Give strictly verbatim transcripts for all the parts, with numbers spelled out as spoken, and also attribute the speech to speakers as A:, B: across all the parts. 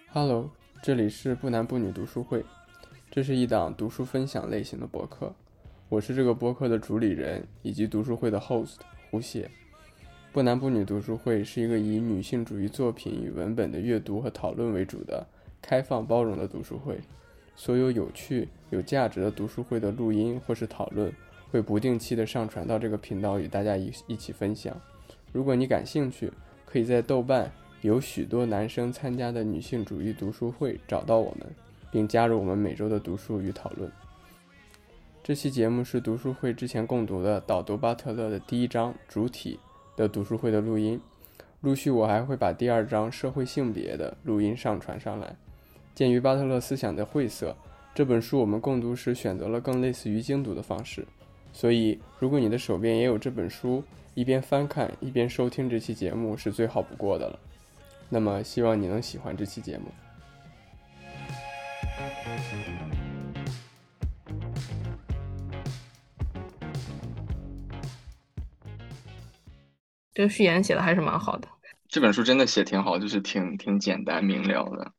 A: Hello，这里是不男不女读书会，这是一档读书分享类型的播客，我是这个播客的主理人以及读书会的 host 胡写。不男不女读书会是一个以女性主义作品与文本的阅读和讨论为主的开放包容的读书会，所有有趣有价值的读书会的录音或是讨论会不定期的上传到这个频道与大家一一起分享。如果你感兴趣，可以在豆瓣有许多男生参加的女性主义读书会找到我们，并加入我们每周的读书与讨论。这期节目是读书会之前共读的导读巴特勒的第一章主体的读书会的录音，陆续我还会把第二章社会性别的录音上传上来。鉴于巴特勒思想的晦涩，这本书我们共读时选择了更类似于精读的方式，所以如果你的手边也有这本书，一边翻看一边收听这期节目是最好不过的了。那么希望你能喜欢这期节目。
B: 这个序言写的还是蛮好的。
C: 这本书真的写挺好，就是挺挺简单明了的。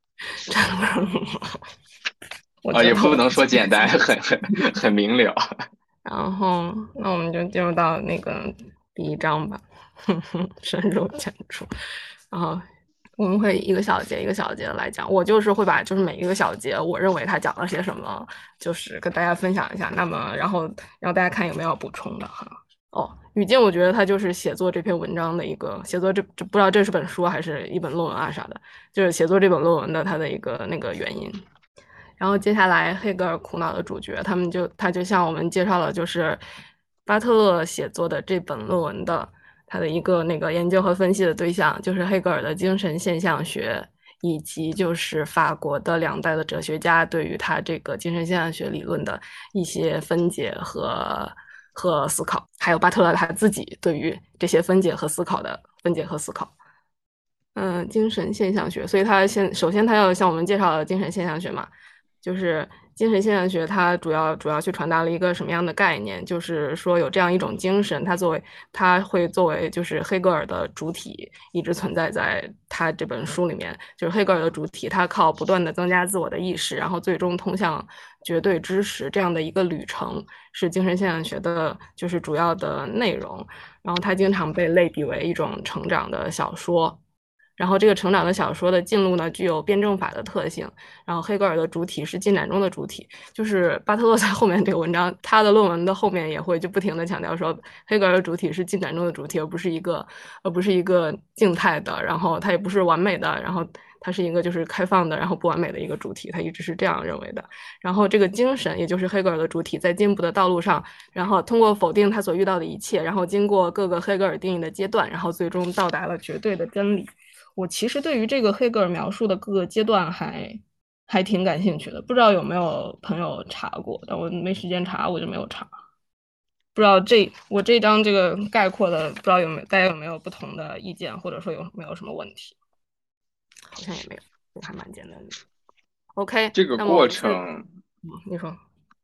B: 我
C: 啊，也不能
B: 觉得我
C: 说简单，很很很明了。
B: 然后，那我们就进入到那个第一章吧，深入浅出。然后我们会一个小节一个小节的来讲，我就是会把就是每一个小节我认为他讲了些什么，就是跟大家分享一下。那么，然后让大家看有没有要补充的哈。哦，语境我觉得他就是写作这篇文章的一个写作这这不知道这是本书还是一本论文啊啥的，就是写作这本论文的他的一个那个原因。然后接下来黑格尔苦恼的主角，他们就他就向我们介绍了就是巴特勒写作的这本论文的他的一个那个研究和分析的对象，就是黑格尔的精神现象学，以及就是法国的两代的哲学家对于他这个精神现象学理论的一些分解和和思考，还有巴特勒他自己对于这些分解和思考的分解和思考。嗯，精神现象学，所以他先首先他要向我们介绍精神现象学嘛，就是精神现象学它主要主要去传达了一个什么样的概念，就是说有这样一种精神，它作为它会作为就是黑格尔的主体一直存在在他这本书里面，就是黑格尔的主体，他靠不断的增加自我的意识，然后最终通向绝对知识这样的一个旅程，是精神现象学的就是主要的内容，然后它经常被类比为一种成长的小说。然后这个成长的小说的进路呢，具有辩证法的特性。然后黑格尔的主体是进展中的主体，就是巴特勒在后面这个文章，他的论文的后面也会就不停的强调说，黑格尔的主体是进展中的主体，而不是一个而不是一个静态的，然后它也不是完美的，然后它是一个就是开放的，然后不完美的一个主体，他一直是这样认为的。然后这个精神，也就是黑格尔的主体，在进步的道路上，然后通过否定他所遇到的一切，然后经过各个黑格尔定义的阶段，然后最终到达了绝对的真理。我其实对于这个黑格尔描述的各个阶段还还挺感兴趣的，不知道有没有朋友查过，但我没时间查，我就没有查。不知道这我这张这个概括的，不知道有没有大家有没有不同的意见，或者说有没有什么问题？好像也没有，还蛮简单的。OK，
C: 这个过
B: 那么我们是，
C: 程
B: 嗯，你说。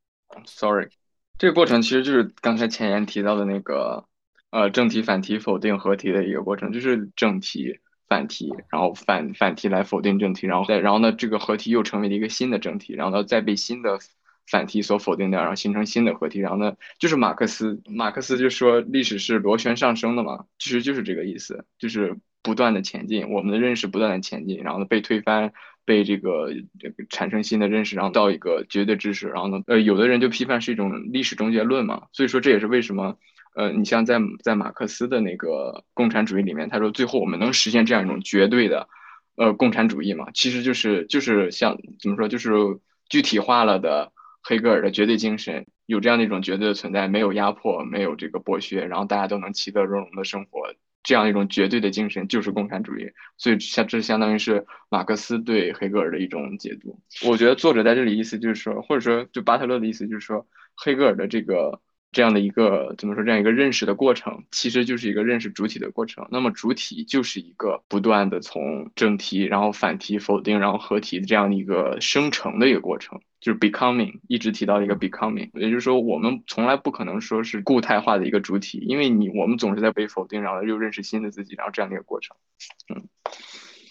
C: ，sorry，这个过程其实就是刚才前言提到的那个，呃，正题、反题、否定、合题的一个过程，就是正题、反题，然后反反题来否定正题，然后再然后呢，这个合题又成为了一个新的正题，然后呢再被新的反题所否定掉，然后形成新的合题，然后呢，就是马克思，马克思就说历史是螺旋上升的嘛，其实就是这个意思，就是不断的前进，我们的认识不断的前进，然后呢被推翻。被这个这个产生新的认识，然后到一个绝对知识，然后呢，呃，有的人就批判是一种历史终结论嘛，所以说这也是为什么，呃，你像在在马克思的那个共产主义里面，他说最后我们能实现这样一种绝对的，呃，共产主义嘛，其实就是就是像怎么说，就是具体化了的黑格尔的绝对精神，有这样的一种绝对的存在，没有压迫，没有这个剥削，然后大家都能其乐融融的生活。这样一种绝对的精神就是共产主义，所以像这相当于是马克思对黑格尔的一种解读。我觉得作者在这里意思就是说，或者说就巴特勒的意思就是说，黑格尔的这个这样的一个怎么说这样一个认识的过程，其实就是一个认识主体的过程。那么主体就是一个不断的从正题，然后反题、否定，然后合题的这样的一个生成的一个过程。就是 becoming，一直提到一个 becoming，也就是说，我们从来不可能说是固态化的一个主体，因为你我们总是在被否定，然后又认识新的自己，然后这样的一个过程。嗯，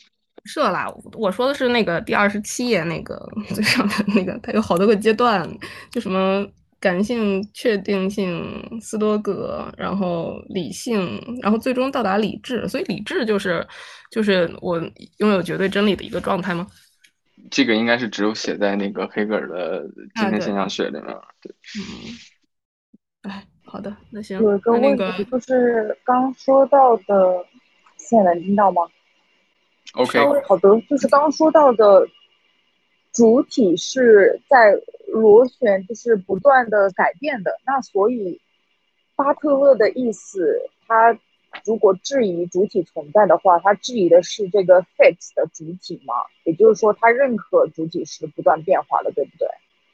B: 是的啦，我说的是那个第二十七页那个最上的那个，它有好多个阶段，就什么感性、确定性、斯多葛，然后理性，然后最终到达理智。所以理智就是就是我拥有绝对真理的一个状态吗？
C: 这个应该是只有写在那个黑格尔的
B: 啊，对，
C: 精神现象学里面。对
B: 嗯，哎，好的，那行，
D: 有一个
B: 那那个
D: 问题就是刚说到的，现在能听到吗？
B: 稍
C: ，OK，
B: 微
D: 好的，就是刚说到的主体是在螺旋，就是不断的改变的。那所以巴特勒的意思，他如果质疑主体存在的话，他质疑的是这个 fix 的主体吗？也就是说，他认可主体是不断变化的，对不对？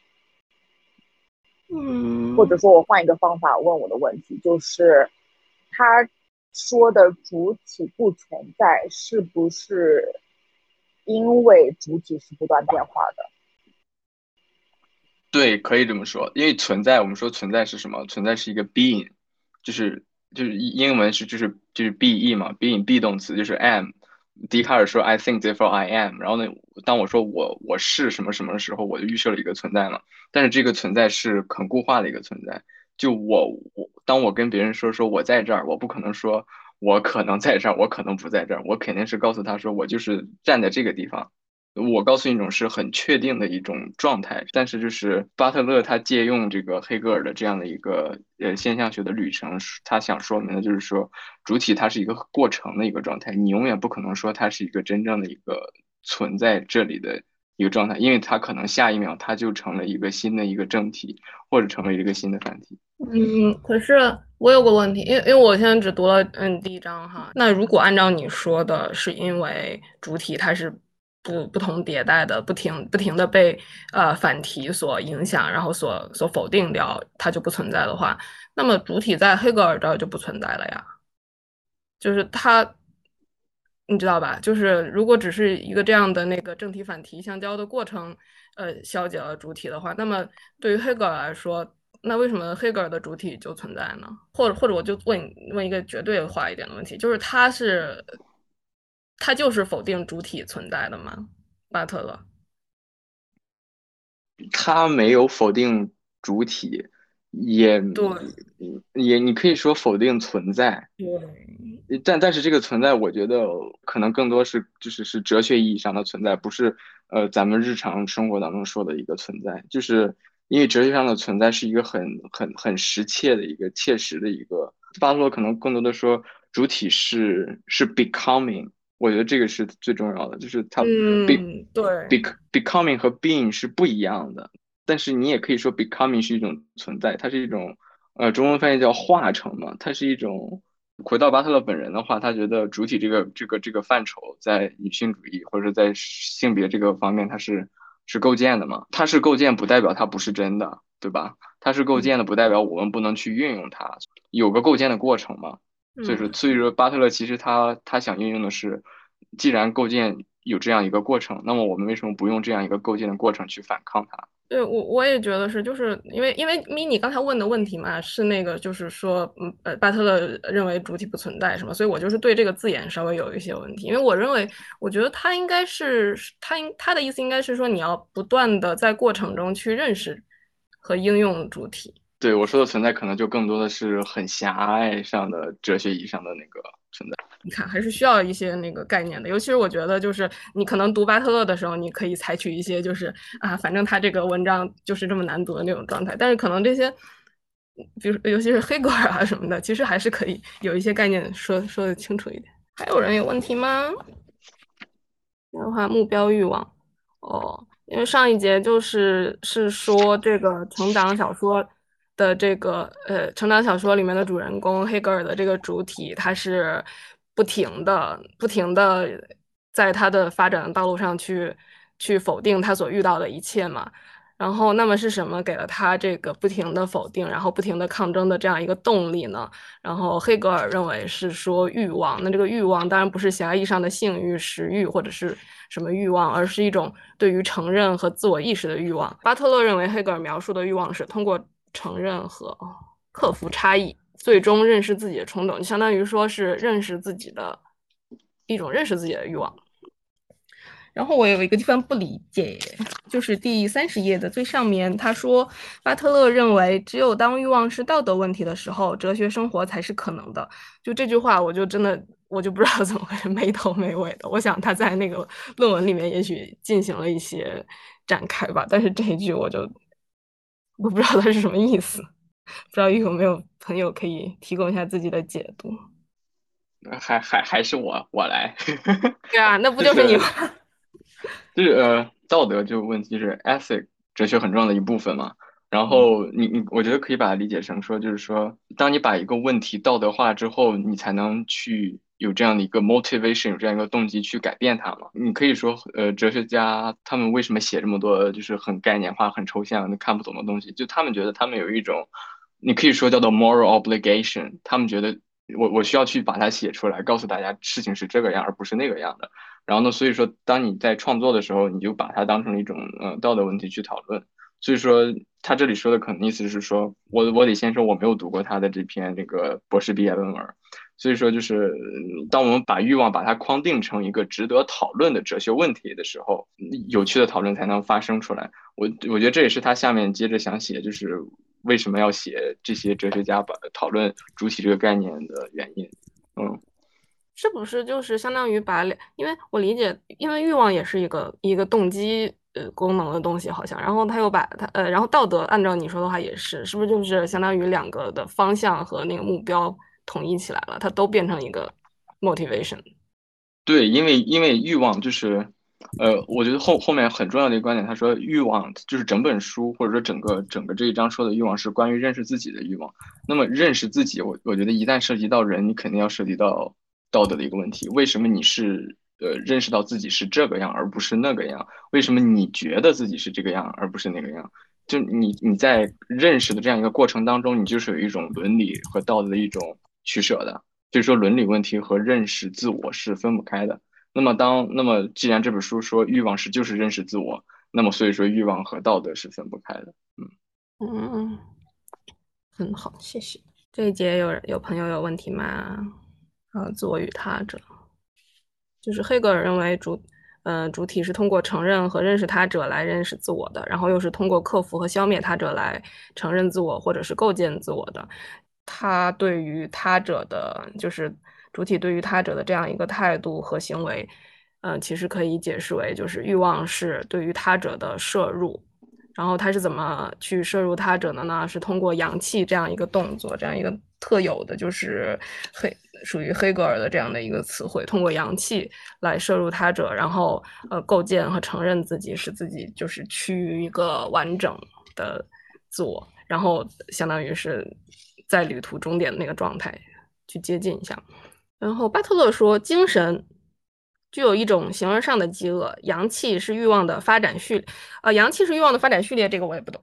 D: 或者
B: 嗯
D: 说我换一个方法问我的问题，就是他说的主体不存在，是不是因为主体是不断变化的？
C: 对，可以这么说。因为存在，我们说存在是什么？存在是一个 being，就是就是英文是就是就是 be 嘛，being be 动词就是 am。笛卡尔说 I think therefore I am，然后呢，当我说我我是什么什么的时候，我就预设了一个存在嘛。但是这个存在是很固化的一个存在。就我我当我跟别人说说我在这儿，我不可能说我可能在这儿，我可能不在这儿，我肯定是告诉他说我就是站在这个地方。我告诉你一种是很确定的一种状态，但是就是巴特勒他借用这个黑格尔的这样的一个呃现象学的旅程，他想说明的就是说，主体它是一个过程的一个状态，你永远不可能说它是一个真正的一个存在这里的一个状态，因为它可能下一秒它就成了一个新的一个正体，或者成为一个新的反体。
B: 嗯，可是我有个问题，因为因为我现在只读了嗯第一章哈，那如果按照你说的，是因为主体它是不不同迭代的，不停不停的被呃反题所影响，然后所所否定掉，它就不存在的话，那么主体在黑格尔这儿就不存在了呀，就是它，你知道吧？就是如果只是一个这样的那个正题反题相交的过程，呃，消解了主体的话，那么对于黑格尔来说，那为什么黑格尔的主体就存在呢？或者或者我就问问一个绝对化一点的问题，就是他是他就是否定主体存在的吗？巴特勒？
C: 他没有否定主体，也
B: 对
C: 也你可以说否定存在。
B: 对，
C: 但但是这个存在，我觉得可能更多是就是是哲学意义上的存在，不是呃咱们日常生活当中说的一个存在。就是因为哲学上的存在是一个很很很实切的一个切实的一个。巴特勒可能更多的说主体是是 becoming，我觉得这个是最重要的，就是它 be
B: 嗯，对，
C: bec becoming 和 being 是不一样的。但是你也可以说 becoming 是一种存在，它是一种呃中文翻译叫化成嘛，它是一种。回到巴特勒本人的话，他觉得主体这个这个这个范畴在女性主义或者在性别这个方面，它是是构建的嘛？它是构建，不代表它不是真的，对吧？它是构
B: 嗯
C: 建的，不代表我们不能去运用它，有个构建的过程嘛。所以说，
B: 嗯。
C: 所以说巴特勒其实他他想运用的是，既然构建有这样一个过程，那么我们为什么不用这样一个构建的过程去反抗它？
B: 对，我我也觉得是，就是因为因为咪你刚才问的问题嘛，是那个就是说，嗯呃，巴特勒认为主体不存在是吗？所以我就是对这个字眼稍微有一些问题，因为我认为，我觉得他应该是他应他的意思应该是说，你要不断的在过程中去认识和应用主体。
C: 对，我说的存在，可能就更多的是很狭隘上的哲学意义上的那个存在。
B: 你看，还是需要一些那个概念的，尤其是我觉得，就是你可能读巴特勒的时候，你可以采取一些就是啊，反正他这个文章就是这么难读的那种状态，但是可能这些，比如尤其是黑格尔啊什么的，其实还是可以有一些概念说说的清楚一点。还有人有问题吗？的话，目标欲望哦，因为上一节就是是说这个成长小说的这个呃，成长小说里面的主人公黑格尔的这个主体，他是不停的、不停的在他的发展的道路上去去否定他所遇到的一切嘛。然后，那么是什么给了他这个不停的否定，然后不停的抗争的这样一个动力呢？然后黑格尔认为是说欲望，那这个欲望当然不是狭义上的性欲、食欲或者是什么欲望，而是一种对于承认和自我意识的欲望。巴特勒认为黑格尔描述的欲望是通过承认和克服差异，最终认识自己的冲动，就相当于说是认识自己的一种认识自己的欲望。 然后我有一个地方不理解，就是第三十页的最上面，他说巴特勒认为，只有当欲望是道德问题的时候，哲学生活才是可能的。就这句话，我就真的我就不知道怎么回事，没头没尾的。我想他在那个论文里面也许进行了一些展开吧，但是这一句我就我不知道它是什么意思，不知道有没有朋友可以提供一下自己的解读。
C: 还还还是我我来，
B: 对啊，那不
C: 就
B: 就是你吗？
C: 就是呃道德这个问题，就是 ethic 哲学很重要的一部分嘛。然
B: 嗯
C: 后你你我觉得可以把它理解成说，就是说，当你把一个问题道德化之后，你才能去有这样的一个 motivation，有这样一个动机去改变它嘛。你可以说，呃，哲学家他们为什么写这么多就是很概念化、很抽象、你看不懂的东西？就他们觉得他们有一种，你可以说叫做 moral obligation，他们觉得我我需要去把它写出来，告诉大家事情是这个样，而不是那个样的。然后呢，所以说，当你在创作的时候，你就把它当成一种呃道德问题去讨论。所以说，他这里说的可能意思是说，我我得先说我没有读过他的这篇这个博士毕业论文。所以说，就是嗯当我们把欲望把它框定成一个值得讨论的哲学问题的时候，有趣的讨论才能发生出来。我我觉得这也是他下面接着想写，就是为什么要写这些哲学家把讨论主体这个概念的原因。嗯。
B: 是不是就是相当于把两，因为我理解，因为欲望也是一个一个动机呃功能的东西，好像，然后他又把它呃，然后道德按照你说的话也是，是不是就是相当于两个的方向和那个目标统一起来了，它都变成一个 motivation。
C: 对，因为因为欲望就是，呃，我觉得后后面很重要的一个观点，他说欲望就是整本书或者说整个整个这一章说的欲望是关于认识自己的欲望。那么认识自己，我我觉得一旦涉及到人，你肯定要涉及到道德的一个问题。为什么你是呃认识到自己是这个样而不是那个样？为什么你觉得自己是这个样而不是那个样？就你你在认识的这样一个过程当中，你就是有一种伦理和道德的一种取舍的。所以说伦理问题和认识自我是分不开的。那么当那么既然这本书说欲望是就是认识自我，那么所以说欲望和道德是分不开的。嗯
B: 嗯，很好，谢谢。这一节有有朋友有问题吗？呃，自我与他者，就是黑格尔认为主，呃，主体是通过承认和认识他者来认识自我的，然后又是通过克服和消灭他者来承认自我或者是构建自我的。他对于他者的，就是主体对于他者的这样一个态度和行为，呃，其实可以解释为就是欲望是对于他者的摄入。然后他是怎么去摄入他者的呢？是通过阳气这样一个动作，这样一个特有的，就是黑属于黑格尔的这样的一个词汇，通过阳气来摄入他者，然后呃构建和承认自己，使自己就是趋于一个完整的自我，然后相当于是在旅途终点的那个状态去接近一下。然后巴特勒说，精神具有一种形而上的饥饿，阳气是欲望的发展序列。呃，阳气是欲望的发展序列，这个我也不懂，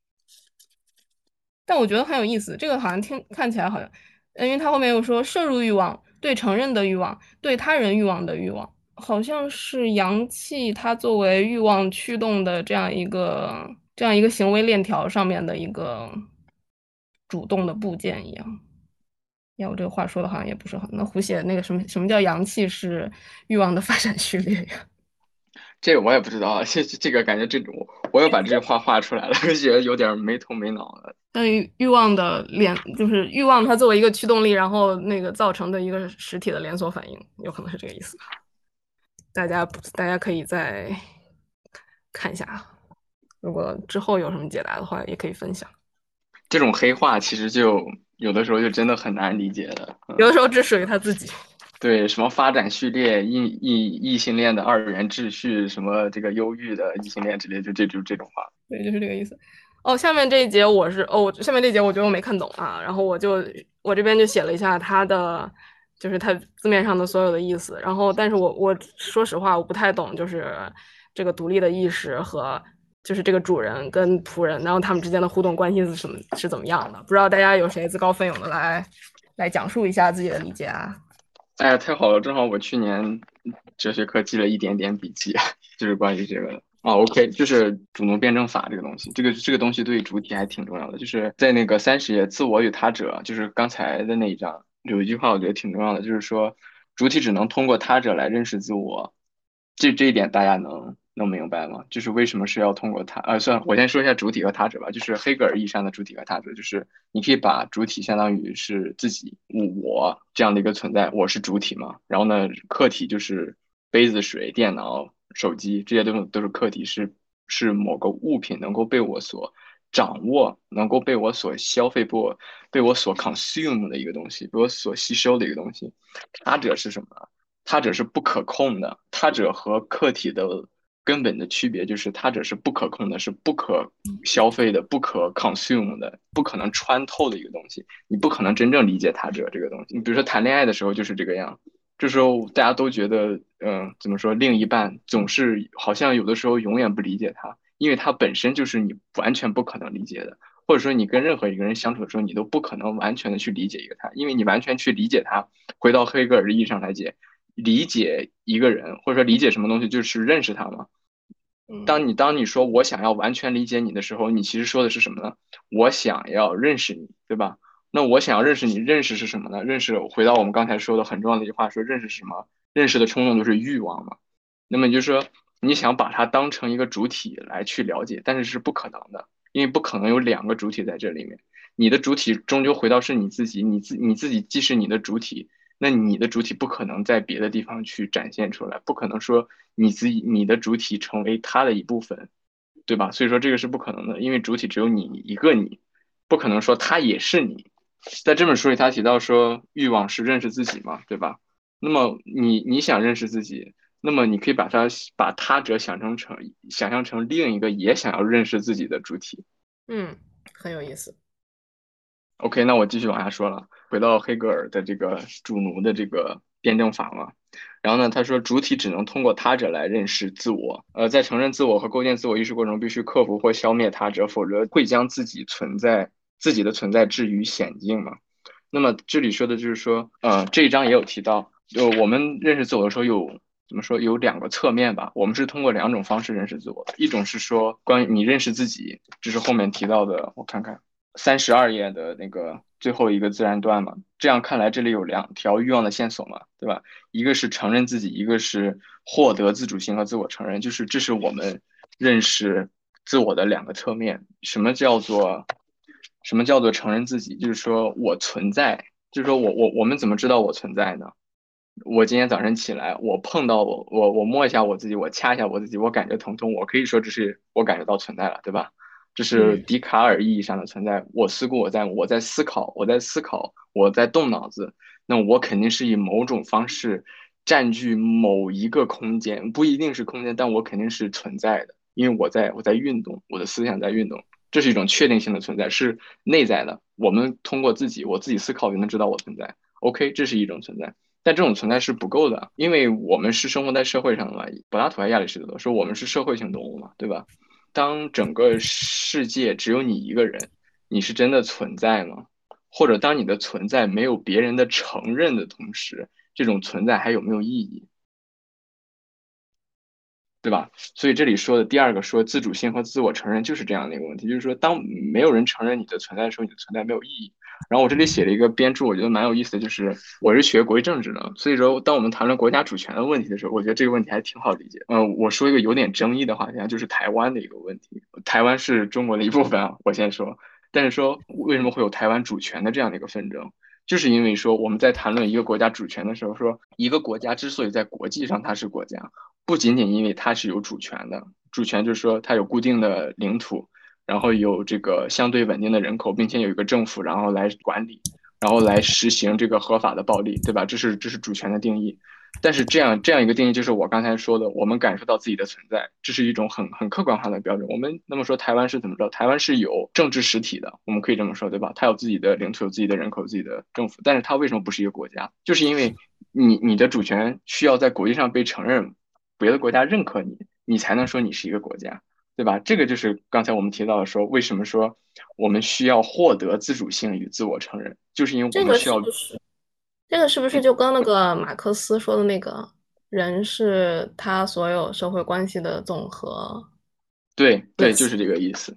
B: 但我觉得很有意思。这个好像听看起来好像，因为他后面又说摄入欲望、对承认的欲望、对他人欲望的欲望，好像是阳气它作为欲望驱动的这样一个这样一个行为链条上面的一个主动的部件一样。呀，我这个话说的好像也不是很……那胡写那个什么什么叫阳气是欲望的发展序列呀？
C: 这个我也不知道啊，这这个感觉这种我又把这句话画出来了，觉得有点没头没脑的。
B: 但欲欲望的连就是欲望，它作为一个驱动力，然后那个造成的一个实体的连锁反应，有可能是这个意思。大家大家可以再看一下，如果之后有什么解答的话，也可以分享。
C: 这种黑话其实就有的时候就真的很难理解的。嗯、
B: 有的时候只属于他自己。
C: 对，什么发展序列、异异异性恋的二元秩序，什么这个忧郁的异性恋之类，就这就这种话。
B: 对，就是这个意思。哦，下面这一节我是哦，下面这一节我觉得我没看懂啊，然后我就我这边就写了一下它的，就是它字面上的所有的意思，然后但是我我说实话我不太懂，就是这个独立的意识和就是这个主人跟仆人，然后他们之间的互动关系是什么是怎么样的？不知道大家有谁自告奋勇的来来讲述一下自己的理解啊？
C: 哎呀，太好了，正好我去年哲学课记了一点点笔记，就是关于这个的。啊，OK，就是主动辩证法这个东西，这个这个东西对主体还挺重要的。就是在那个三十页自我与他者，就是刚才的那一章，有一句话我觉得挺重要的，就是说主体只能通过他者来认识自我， 这这一点大家能能明白吗？就是为什么是要通过他？呃，算了，我先说一下主体和他者吧。就是黑格尔意义上的主体和他者，就是你可以把主体相当于是自己我这样的一个存在，我是主体嘛。然后呢，客体就是杯子、水、电脑、手机，这些都是都是客体，是是某个物品能够被我所掌握，能够被我所消费、被我被我所 consume 的一个东西，被我所吸收的一个东西。他者是什么？他者是不可控的，他者和客体的根本的区别就是他者是不可控的，是不可消费的、不可 consume 的、不可能穿透的一个东西。你不可能真正理解他者这个东西。你比如说谈恋爱的时候就是这个样，这时候大家都觉得，嗯、呃，怎么说，另一半总是好像有的时候永远不理解他，因为他本身就是你完全不可能理解的。或者说你跟任何一个人相处的时候，你都不可能完全的去理解一个他，因为你完全去理解他，回到黑格尔意义上来解，理解一个人或者说理解什么东西，就是认识他嘛。当你当你说我想要完全理解你的时候，你其实说的是什么呢？我想要认识你，对吧？那我想要认识你，认识是什么呢？认识回到我们刚才说的很重要的一句话，说认识是什么？认识的冲动就是欲望嘛。那么也就是说，你想把它当成一个主体来去了解，但是是不可能的，因为不可能有两个主体在这里面。你的主体终究回到是你自己，你自你自己既是你的主体，那你的主体不可能在别的地方去展现出来，不可能说你自己你的主体成为它的一部分，对吧？所以说这个是不可能的，因为主体只有你一个你，不可能说它也是你。在这本书里，他提到说欲望是认识自己嘛，对吧？那么你你想认识自己，那么你可以把它把他者想象成想象成另一个也想要认识自己的主体。
B: 嗯，很有意思。
C: OK，那我继续往下说了，回到黑格尔的这个主奴的这个辩证法嘛。然后呢，他说主体只能通过他者来认识自我，呃，在承认自我和构建自我意识过程中，必须克服或消灭他者，否则会将自己存在自己的存在置于险境嘛。那么这里说的就是说，呃，这一章也有提到，就我们认识自我的时候有怎么说，有两个侧面吧。我们是通过两种方式认识自我的，一种是说关于你认识自己，这是后面提到的，我看看。三十二页的那个最后一个自然段嘛，这样看来这里有两条欲望的线索嘛，对吧？一个是承认自己，一个是获得自主性和自我承认，就是这是我们认识自我的两个侧面。什么叫做什么叫做承认自己？就是说我存在，就是说我我我们怎么知道我存在呢？我今天早晨起来，我碰到我我我摸一下我自己，我掐一下我自己，我感觉疼痛，我可以说这是我感觉到存在了，对吧？这是笛卡尔意义上的存在。我思故我在，我在思考，我在思考，我在动脑子。那我肯定是以某种方式占据某一个空间，不一定是空间，但我肯定是存在的，因为我在我在运动，我的思想在运动，这是一种确定性的存在，是内在的。我们通过自己，我自己思考就能知道我存在。OK，这是一种存在。但这种存在是不够的，因为我们是生活在社会上的嘛。柏拉图还亚里士多德说我们是社会性动物嘛，对吧？当整个世界只有你一个人，你是真的存在吗？或者当你的存在没有别人的承认的同时，这种存在还有没有意义？对吧？所以这里说的第二个说自主性和自我承认就是这样的一个问题，就是说当没有人承认你的存在的时候，你的存在没有意义。然后我这里写了一个编注，我觉得蛮有意思的，就是我是学国际政治的，所以说当我们谈论国家主权的问题的时候，我觉得这个问题还挺好理解。嗯、呃，我说一个有点争议的话题，就是台湾的一个问题。台湾是中国的一部分啊，我先说。但是说为什么会有台湾主权的这样的一个纷争？就是因为说我们在谈论一个国家主权的时候，说一个国家之所以在国际上它是国家，不仅仅因为它是有主权的，主权就是说它有固定的领土，然后有这个相对稳定的人口，并且有一个政府，然后来管理，然后来实行这个合法的暴力，对吧？这是这是主权的定义。但是这样这样一个定义，就是我刚才说的，我们感受到自己的存在，这是一种很很客观化的标准。我们那么说台湾是怎么着？台湾是有政治实体的，我们可以这么说，对吧？它有自己的领土，有自己的人口，有自己的政府，但是它为什么不是一个国家？就是因为你你的主权需要在国际上被承认，别的国家认可你，你才能说你是一个国家，对吧？这个就是刚才我们提到的说，为什么说我们需要获得自主性与自我承认，就是因为我
B: 这个
C: 们需要。
B: 是不是这个是不是就跟那个马克思说的那个人是他所有社会关系的总和
C: 对对，就
B: 类似？
C: 是这个意思。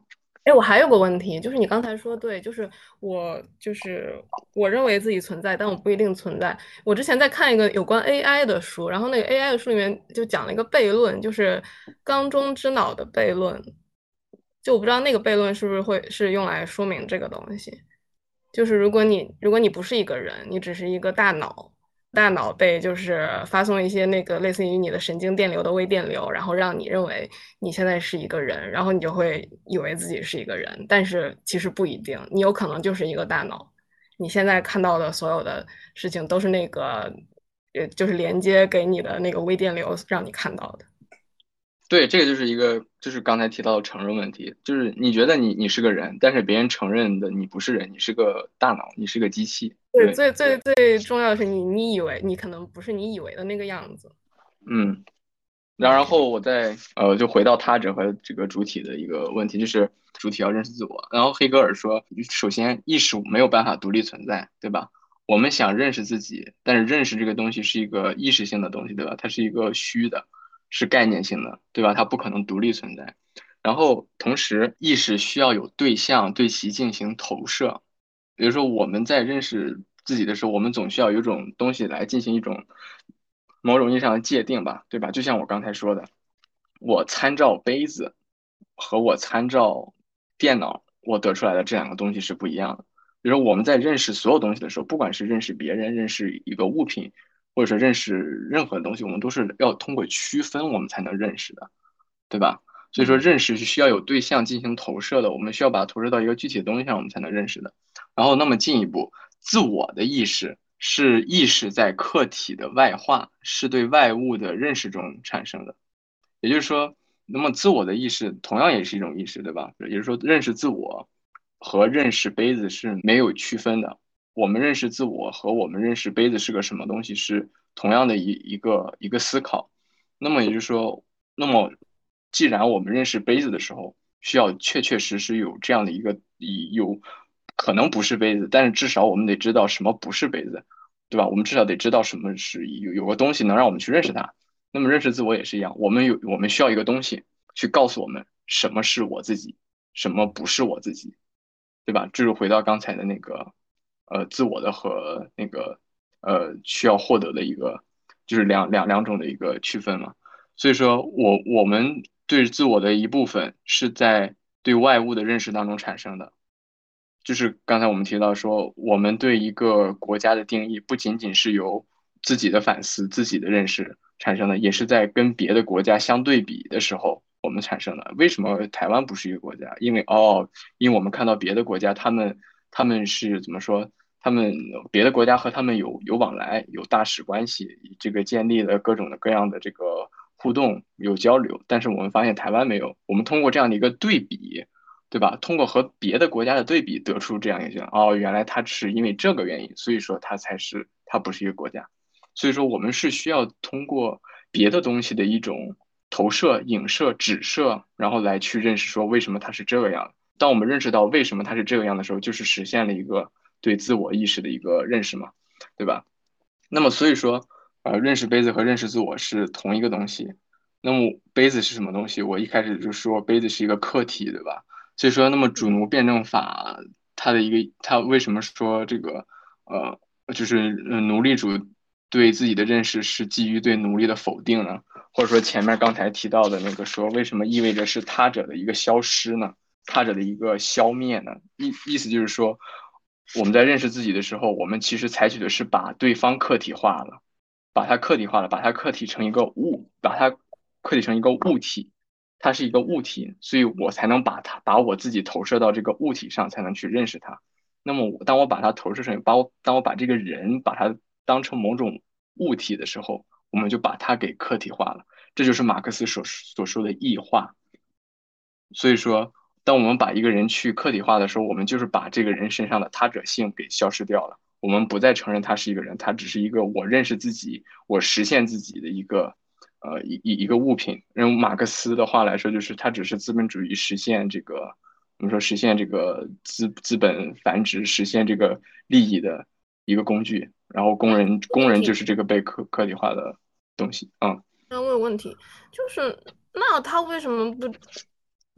B: 哎，我还有个问题，就是你刚才说对，就是我就是我认为自己存在，但我不一定存在。我之前在看一个有关 A I 的书，然后那个 A I 的书里面就讲了一个悖论，就是缸中之脑的悖论。就我不知道那个悖论是不是会是用来说明这个东西。就是如果你如果你不是一个人，你只是一个大脑，大脑被就是发送一些那个类似于你的神经电流的微电流，然后让你认为你现在是一个人，然后你就会以为自己是一个人，但是其实不一定，你有可能就是一个大脑。你现在看到的所有的事情都是那个，呃，就是连接给你的那个微电流让你看到的。
C: 对，这个就是一个，就是刚才提到的承认问题，就是你觉得你你是个人，但是别人承认的你不是人，你是个大脑，你是个机器。
B: 对，
C: 对，
B: 最最最重要的是你你以为你可能不是你以为的那个样子。
C: 嗯。然后我再呃，就回到他者和这个主体的一个问题，就是主体要认识自我。然后黑格尔说，首先意识没有办法独立存在，对吧？我们想认识自己，但是认识这个东西是一个意识性的东西，对吧？它是一个虚的，是概念性的，对吧？它不可能独立存在。然后同时，意识需要有对象对其进行投射。比如说我们在认识自己的时候，我们总需要有一种东西来进行一种某种意义上的界定吧，对吧？就像我刚才说的，我参照杯子和我参照电脑，我得出来的这两个东西是不一样的。比如说我们在认识所有东西的时候，不管是认识别人、认识一个物品，或者说认识任何东西，我们都是要通过区分我们才能认识的，对吧？所以说认识是需要有对象进行投射的，我们需要把它投射到一个具体的东西上，我们才能认识的。然后那么进一步，自我的意识是意识在客体的外化，是对外物的认识中产生的。也就是说，那么自我的意识同样也是一种意识，对吧？也就是说，认识自我和认识杯子是没有区分的。我们认识自我和我们认识杯子是个什么东西是同样的一一个一个思考。那么也就是说，那么既然我们认识杯子的时候，需要确确实实有这样的一个有可能不是杯子，但是至少我们得知道什么不是杯子，对吧？我们至少得知道什么是有有个东西能让我们去认识它。那么认识自我也是一样，我们有我们需要一个东西去告诉我们什么是我自己，什么不是我自己，对吧？这是回到刚才的那个呃自我的和那个呃需要获得的一个就是两两两种的一个区分嘛。所以说我我们对自我的一部分是在对外物的认识当中产生的。就是刚才我们提到说，我们对一个国家的定义不仅仅是由自己的反思、自己的认识产生的，也是在跟别的国家相对比的时候我们产生的。为什么台湾不是一个国家？因为哦，因为我们看到别的国家，他们他们是怎么说？他们别的国家和他们有有往来，有大使关系，这个建立了各种的各样的这个互动，有交流。但是我们发现台湾没有。我们通过这样的一个对比。对吧？通过和别的国家的对比得出这样一个哦，原来它是因为这个原因，所以说它才是它不是一个国家。所以说我们是需要通过别的东西的一种投射、影射、指射，然后来去认识说为什么它是这个样。当我们认识到为什么它是这个样的时候，就是实现了一个对自我意识的一个认识嘛，对吧？那么所以说，呃，认识杯子和认识自我是同一个东西。那么杯子是什么东西？我一开始就说杯子是一个客体，对吧？所以说，那么主奴辩证法它的一个，它为什么说这个呃，就是呃奴隶主对自己的认识是基于对奴隶的否定呢？或者说前面刚才提到的那个说，为什么意味着是他者的一个消失呢？他者的一个消灭呢？意意思就是说，我们在认识自己的时候，我们其实采取的是把对方客体化了，把它客体化了，把它客体成一个物，把它客体成一个物体。它是一个物体，所以我才能把它把我自己投射到这个物体上，才能去认识它。那么我当我把它投射成，把我当我把这个人把它当成某种物体的时候，我们就把它给客体化了。这就是马克思所所说的异化。所以说，当我们把一个人去客体化的时候，我们就是把这个人身上的他者性给消失掉了。我们不再承认他是一个人，他只是一个我认识自己、我实现自己的一个呃一一一个物品。用马克思的话来说，就是它只是资本主义实现这个我们说实现这个资资本繁殖、实现这个利益的一个工具。然后工人工人就是这个被客客体化的东西。嗯，
B: 那我有问题，就是那他为什么不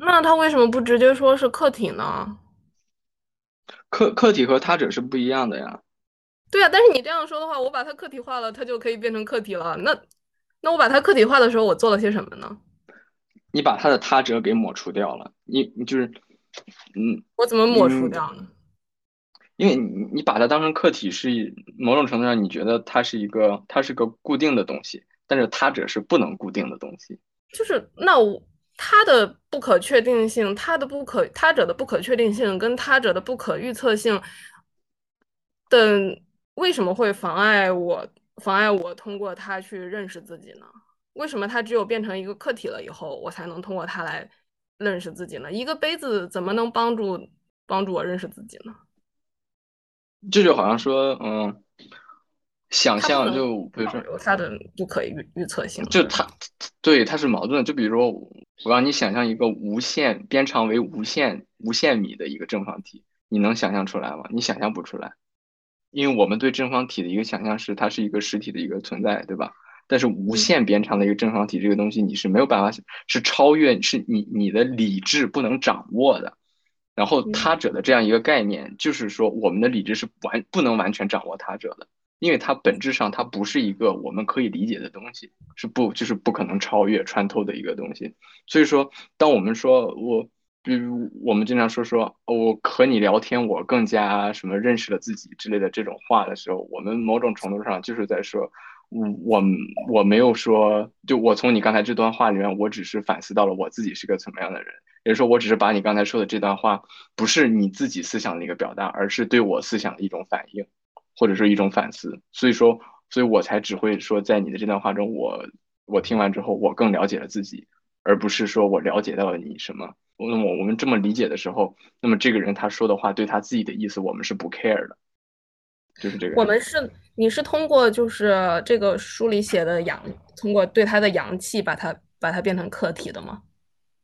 B: 那他为什么不直接说是客体呢？
C: 客客体和他者是不一样的呀。
B: 对啊，但是你这样说的话，我把它客体化了，它就可以变成客体了。那那我把它客体化的时候，我做了些什么呢？
C: 你把他的他者给抹除掉了，你你就是，嗯
B: 我怎么抹除
C: 嗯，
B: 掉呢？
C: 因为你你把它当成客体是某种程度上你觉得它是一个它是个固定的东西，但是他者是不能固定的东西。
B: 就是那我它的不可确定性，它的不可他者的不可确定性跟他者的不可预测性的为什么会妨碍我妨碍我通过它去认识自己呢？为什么它只有变成一个客体了以后，我才能通过它来认识自己呢？一个杯子怎么能帮助帮助我认识自己呢？
C: 这就好像说，嗯，想
B: 它不能
C: 象就比如
B: 保
C: 说，
B: 留它的不可预预测性，对吧？
C: 就它对它是矛盾的。就比如说，我让你想象一个无限边长为无限无限米的一个正方体，你能想象出来吗？你想象不出来。因为我们对正方体的一个想象是它是一个实体的一个存在，对吧？但是无
B: 嗯
C: 限边长的一个正方体这个东西，你是没有办法，是超越，是你你的理智不能掌握的。然后
B: 嗯
C: 他者的这样一个概念，就是说我们的理智是完不能完全掌握他者的，因为它本质上它不是一个我们可以理解的东西，是不就是不可能超越穿透的一个东西。所以说，当我们说我。比如我们经常说说，哦我和你聊天，我更加什么认识了自己之类的这种话的时候，我们某种程度上就是在说，我我我没有说，就我从你刚才这段话里面，我只是反思到了我自己是个怎么样的人，也就是说，我只是把你刚才说的这段话，不是你自己思想的一个表达，而是对我思想的一种反应，或者说一种反思。所以说，所以我才只会说，在你的这段话中，我我听完之后，我更了解了自己，而不是说我了解到了你什么。那么我们这么理解的时候，那么这个人他说的话对他自己的意思，我们是不 care 的，就是这个样。
B: 我们是你是通过就是这个书里写的阳，通过对它的阳气把它把它变成客体的吗？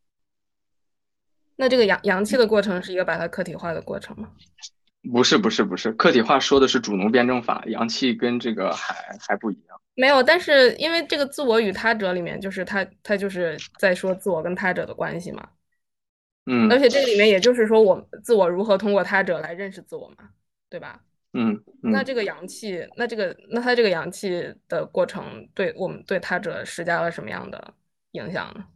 B: 那这个阳阳气的过程是一个把它客体化的过程吗？
C: 不是不是不是，客体化说的是主奴辩证法，阳气跟这个还还不一样。
B: 没有，但是因为这个自我与他者里面，就是他他就是在说自我跟他者的关系嘛，而
C: 嗯
B: 且这个里面也就是说我自我如何通过他者来认识自我嘛，对吧？
C: 嗯嗯，
B: 那这个阳气，那这个那他这个阳气的过程对我们对他者施加了什么样的影响呢？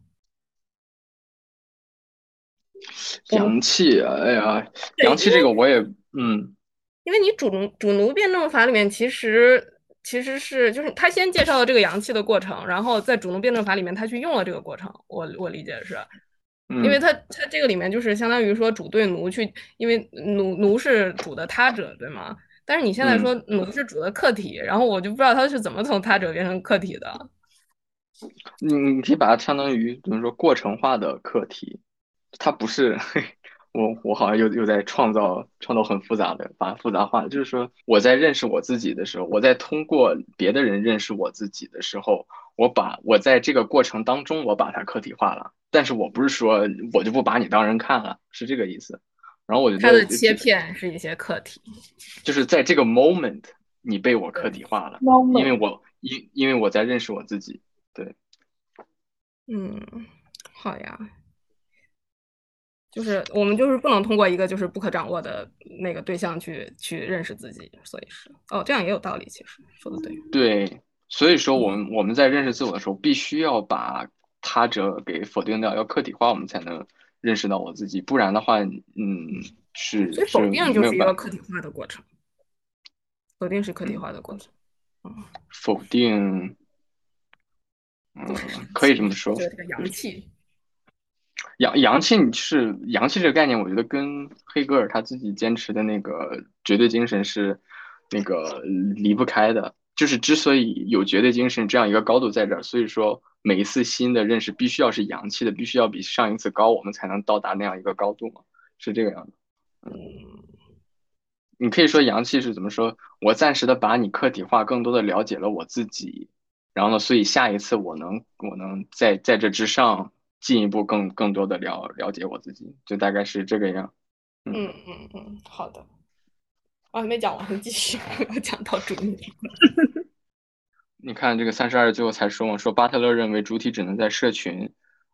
B: 我们
C: 阳气，哎呀，
B: 对，
C: 阳气
B: 因为
C: 这个我也嗯
B: 因为你主奴主奴辩证法里面其实其实是就是他先介绍了这个阳气的过程，然后在主奴辩证法里面他去用了这个过程，我我理解的是，因为
C: 嗯
B: 他他这个里面就是相当于说主对奴去，因为奴奴是主的他者，对吗？但是你现在说
C: 嗯，
B: 奴是主的客体，然后我就不知道他是怎么从他者变成客体的。
C: 你你可以把它相当于怎么说过程化的课题，它不是我我好像又又在创造创造很复杂的，把它复杂化了。就是说我在认识我自己的时候，我在通过别的人认识我自己的时候，我把我在这个过程当中我把它客体化了，但是我不是说我就不把你当人看了，是这个意思。然后我觉
B: 它的
C: 得这
B: 切片是一些客体。
C: 就是在这个 moment 你被我客
B: 对，
C: 体化了，因为
D: moment
C: 我因因为我在认识我自己，对。
B: 嗯，好呀，就是我们就是不能通过一个就是不可掌握的那个对象去去认识自己，所以是哦，这样也有道理，其实说的对。
C: 对，所以说我
B: 嗯
C: 们我们在认识自我的时候，必须要把他者给否定掉，要客体化，我们才能认识到我自己。不然的话，嗯，是
B: 所以否
C: 是
B: 定就是一
C: 没有办法
B: 个客体化的过程，否定是客体化的过程。嗯，
C: 否定，嗯，
B: 就是阳
C: 可以这
B: 气，
C: 么说。
B: 就是这个阳气。
C: 阳阳气你是阳气这个概念，我觉得跟黑格尔他自己坚持的那个绝对精神是那个离不开的。就是之所以有绝对精神这样一个高度在这儿，所以说每一次新的认识必须要是阳气的，必须要比上一次高，我们才能到达那样一个高度嘛，是这个样子。嗯，
B: 嗯
C: 你可以说阳气是怎么说？我暂时的把你客体化，更多的了解了我自己，然后呢，所以下一次我能我能在在这之上进一步更更多的了了解我自己，就大概是这个样。嗯，
B: 嗯嗯嗯，好的，我还没讲完，继续，我讲到主义。
C: 你看这个三十二最后才说嘛，说巴特勒认为主体只能在社群，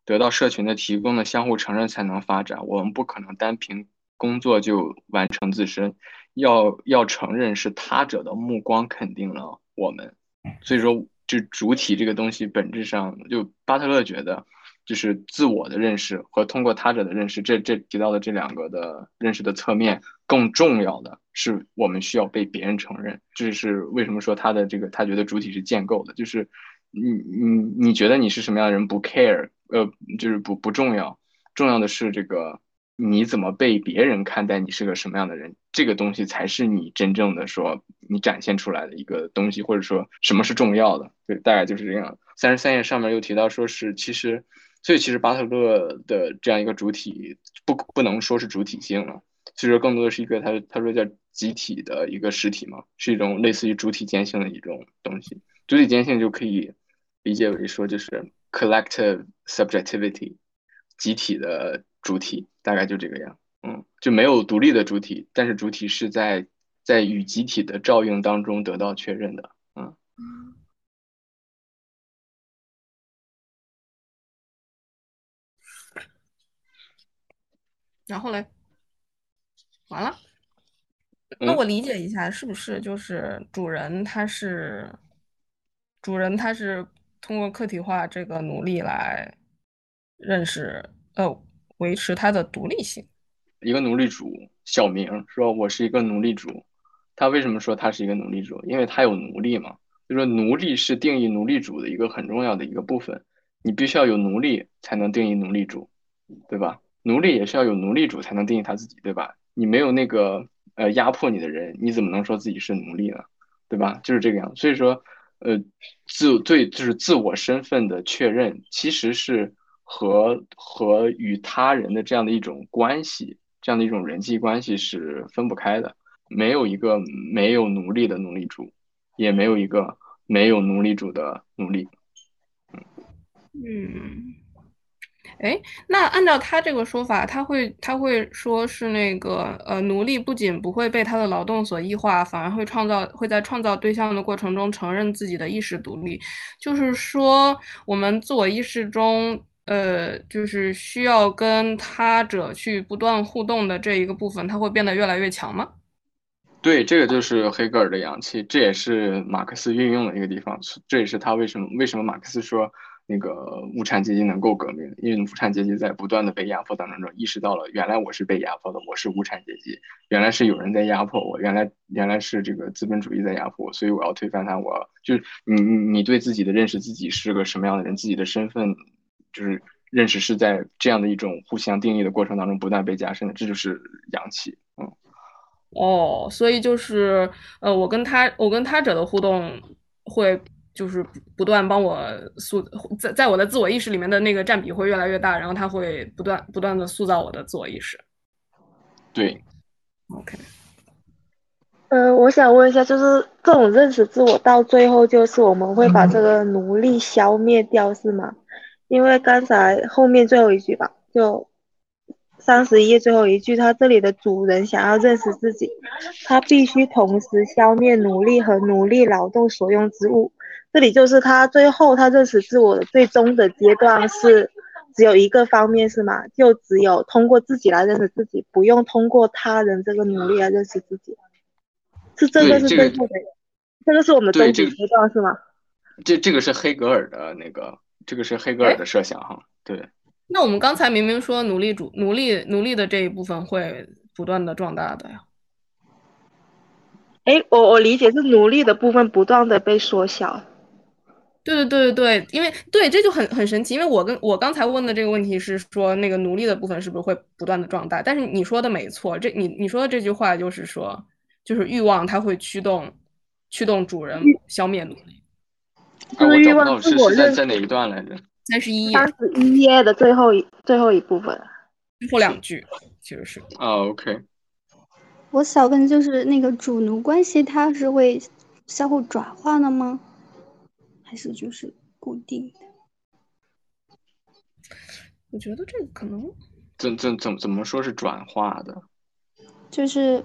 C: 得到社群的提供的相互承认才能发展。我们不可能单凭工作就完成自身，要要承认是他者的目光肯定了我们。所以说，就主体这个东西本质上，就巴特勒觉得，就是自我的认识和通过他者的认识，这这提到的这两个的认识的侧面，更重要的是我们需要被别人承认。这是为什么说他的这个他觉得主体是建构的，就是你你你觉得你是什么样的人不 care，呃，就是不不重要，重要的是这个你怎么被别人看待，你是个什么样的人，这个东西才是你真正的说你展现出来的一个东西，或者说什么是重要的。对，大概就是这样。三十三页上面又提到说是其实，所以其实巴特勒的这样一个主体不不能说是主体性了，其实更多的是一个他他说叫集体的一个实体嘛，是一种类似于主体间性的一种东西。主体间性就可以理解为说就是 collective subjectivity， 集体的主体，大概就这个样。嗯，就没有独立的主体，但是主体是在在与集体的照应当中得到确认的。嗯，
B: 然后嘞，完了。那
C: 嗯
B: 我理解一下，是不是就是主人他是主人他是通过客体化这个努力来认识呃维持他的独立性？
C: 一个奴隶主小明说：“我是一个奴隶主。”他为什么说他是一个奴隶主？因为他有奴隶嘛。就说奴隶是定义奴隶主的一个很重要的一个部分。你必须要有奴隶才能定义奴隶主，对吧？奴隶也是要有奴隶主才能定义他自己，对吧？你没有那个呃压迫你的人，你怎么能说自己是奴隶呢？对吧？就是这个样。所以说，呃，自对就是自我身份的确认，其实是和和与他人的这样的一种关系。这样的一种人际关系是分不开的。没有一个没有奴隶的奴隶主，也没有一个没有奴隶主的奴隶。
B: 嗯，哎，那按照他这个说法，他会他会说是那个呃，奴隶不仅不会被他的劳动所异化，反而会创造会在创造对象的过程中承认自己的意识独立。就是说，我们自我意识中，呃，就是需要跟他者去不断互动的这一个部分，它会变得越来越强吗？
C: 对，这个就是黑格尔的阳气，这也是马克思运用的一个地方，这也是他为什么为什么马克思说那个无产阶级能够革命，因为无产阶级在不断的被压迫当中，意识到了原来我是被压迫的，我是无产阶级，原来是有人在压迫我，原来原来是这个资本主义在压迫我，所以我要推翻它，我要就是你你你对自己的认识，自己是个什么样的人，自己的身份就是认识是在这样的一种互相定义的过程当中不断被加深的，这就是阳气。嗯。
B: 哦，所以就是呃，我跟他我跟他者的互动会就是不断帮我塑在在我的自我意识里面的那个占比会越来越大，然后他会不断不断的塑造我的自我意识。
C: 对。
B: OK，
E: 呃，我想问一下，就是这种认识自我到最后，就是我们会把这个奴隶消灭掉，是吗？因为刚才后面最后一句吧，就三十一页最后一句，他这里的主人想要认识自己，他必须同时消灭奴隶和奴隶劳动所用之物。这里就是他最后他认识自我的最终的阶段是只有一个方面，是吗？就只有通过自己来认识自己，不用通过他人这个奴隶来认识自己。是这个
C: 对，这个
E: 是最后的，这个是我们
C: 对这个
E: 终极阶段是吗？
C: 这这个是黑格尔的那个，这个是黑格尔
B: 哎，
C: 的设想哈。对。
B: 那我们刚才明明说奴隶主奴隶奴隶的这一部分会不断的壮大的呀。
E: 哎，我我理解是奴隶的部分不断的被缩小。
B: 对对对对对，因为对这就很很神奇，因为我跟我刚才问的这个问题是说那个奴隶的部分是不是会不断的壮大？但是你说的没错，这你你说的这句话就是说，就是欲望它会驱动驱动主人消灭奴隶。
C: 啊，
E: 就是欲望
C: 我找不到
E: 自我认
C: 是是在在哪一段来着？
B: 三十一页
E: 三十一页的最后一最后一部分。
B: 最后两句其实是
C: 啊，OK。
F: 我想问，就是那个主奴关系，它是会相互转化的吗？还是就是固定的？
B: 我觉得这个可能
C: 怎怎怎怎么说是转化的？
F: 就是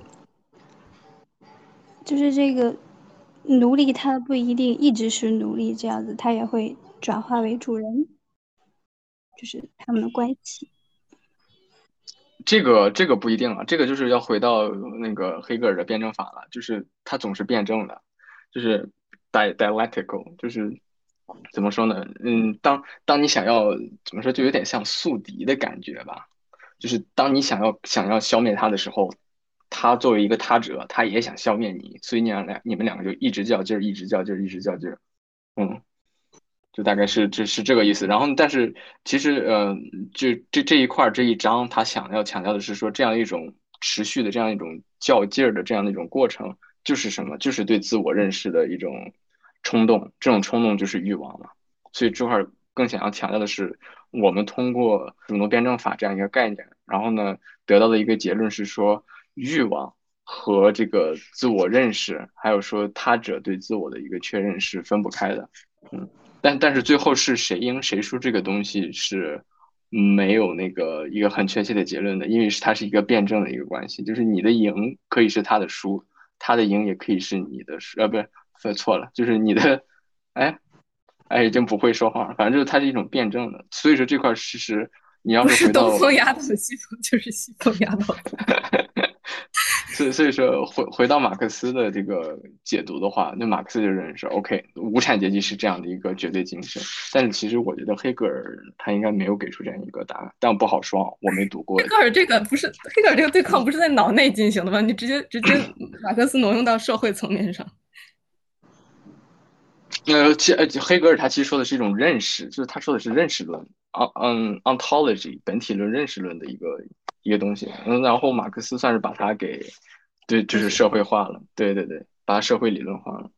F: 就是这个奴隶，他不一定一直是奴隶这样子，他也会转化为主人。 就是他们的关系？
C: 这个这个不一定啊，这个就是要回到那个黑格尔的辩证法了，就是它总是辩证的，就是 di dialectical，就是怎么说呢？嗯，当当你想要怎么说，就有点像宿敌的感觉吧，就是当你想要想要消灭他的时候，他作为一个他者，他也想消灭你，所以你俩你们两个就一直较劲儿，一直较劲儿，一直较劲儿，嗯。就大概是这是这个意思。然后，但是其实呃，就这这一块这一章，他想要强调的是说，这样一种持续的这样一种较劲儿的这样的一种过程，就是什么？就是对自我认识的一种冲动，这种冲动就是欲望嘛。所以这块更想要强调的是，我们通过主奴辩证法这样一个概念，然后呢，得到的一个结论是说，欲望和这个自我认识，还有说他者对自我的一个确认是分不开的。嗯。但但是最后是谁赢谁输这个东西是没有那个一个很确切的结论的，因为是它是一个辩证的一个关系，就是你的赢可以是他的输，他的赢也可以是你的输，呃，不是，说错了，就是你的，哎，哎，已经不会说话了，反正就是它是一种辩证的，所以说这块其实你要
B: 不是
C: 是回到
B: 东风压倒西风，就是西风压倒东。
C: 所以所以说回回到马克思的这个解读的话，那马克思就认为是 OK，无产阶级是这样的一个绝对精神。但是其实我觉得黑格尔他应该没有给出这样一个答案，但不好说啊，我没读过。
B: 黑格尔这个不是黑格尔这个对抗不是在脑内进行的吗？你直接直接马克思挪用到社会层面上。
C: 呃，其呃黑格尔他其实说的是一种认识，就是他说的是认识论，嗯嗯 ontology 本体论认识论的一个一个东西。嗯，然后马克思算是把它给对，就是社会化了，对对对，把它社会理论化了。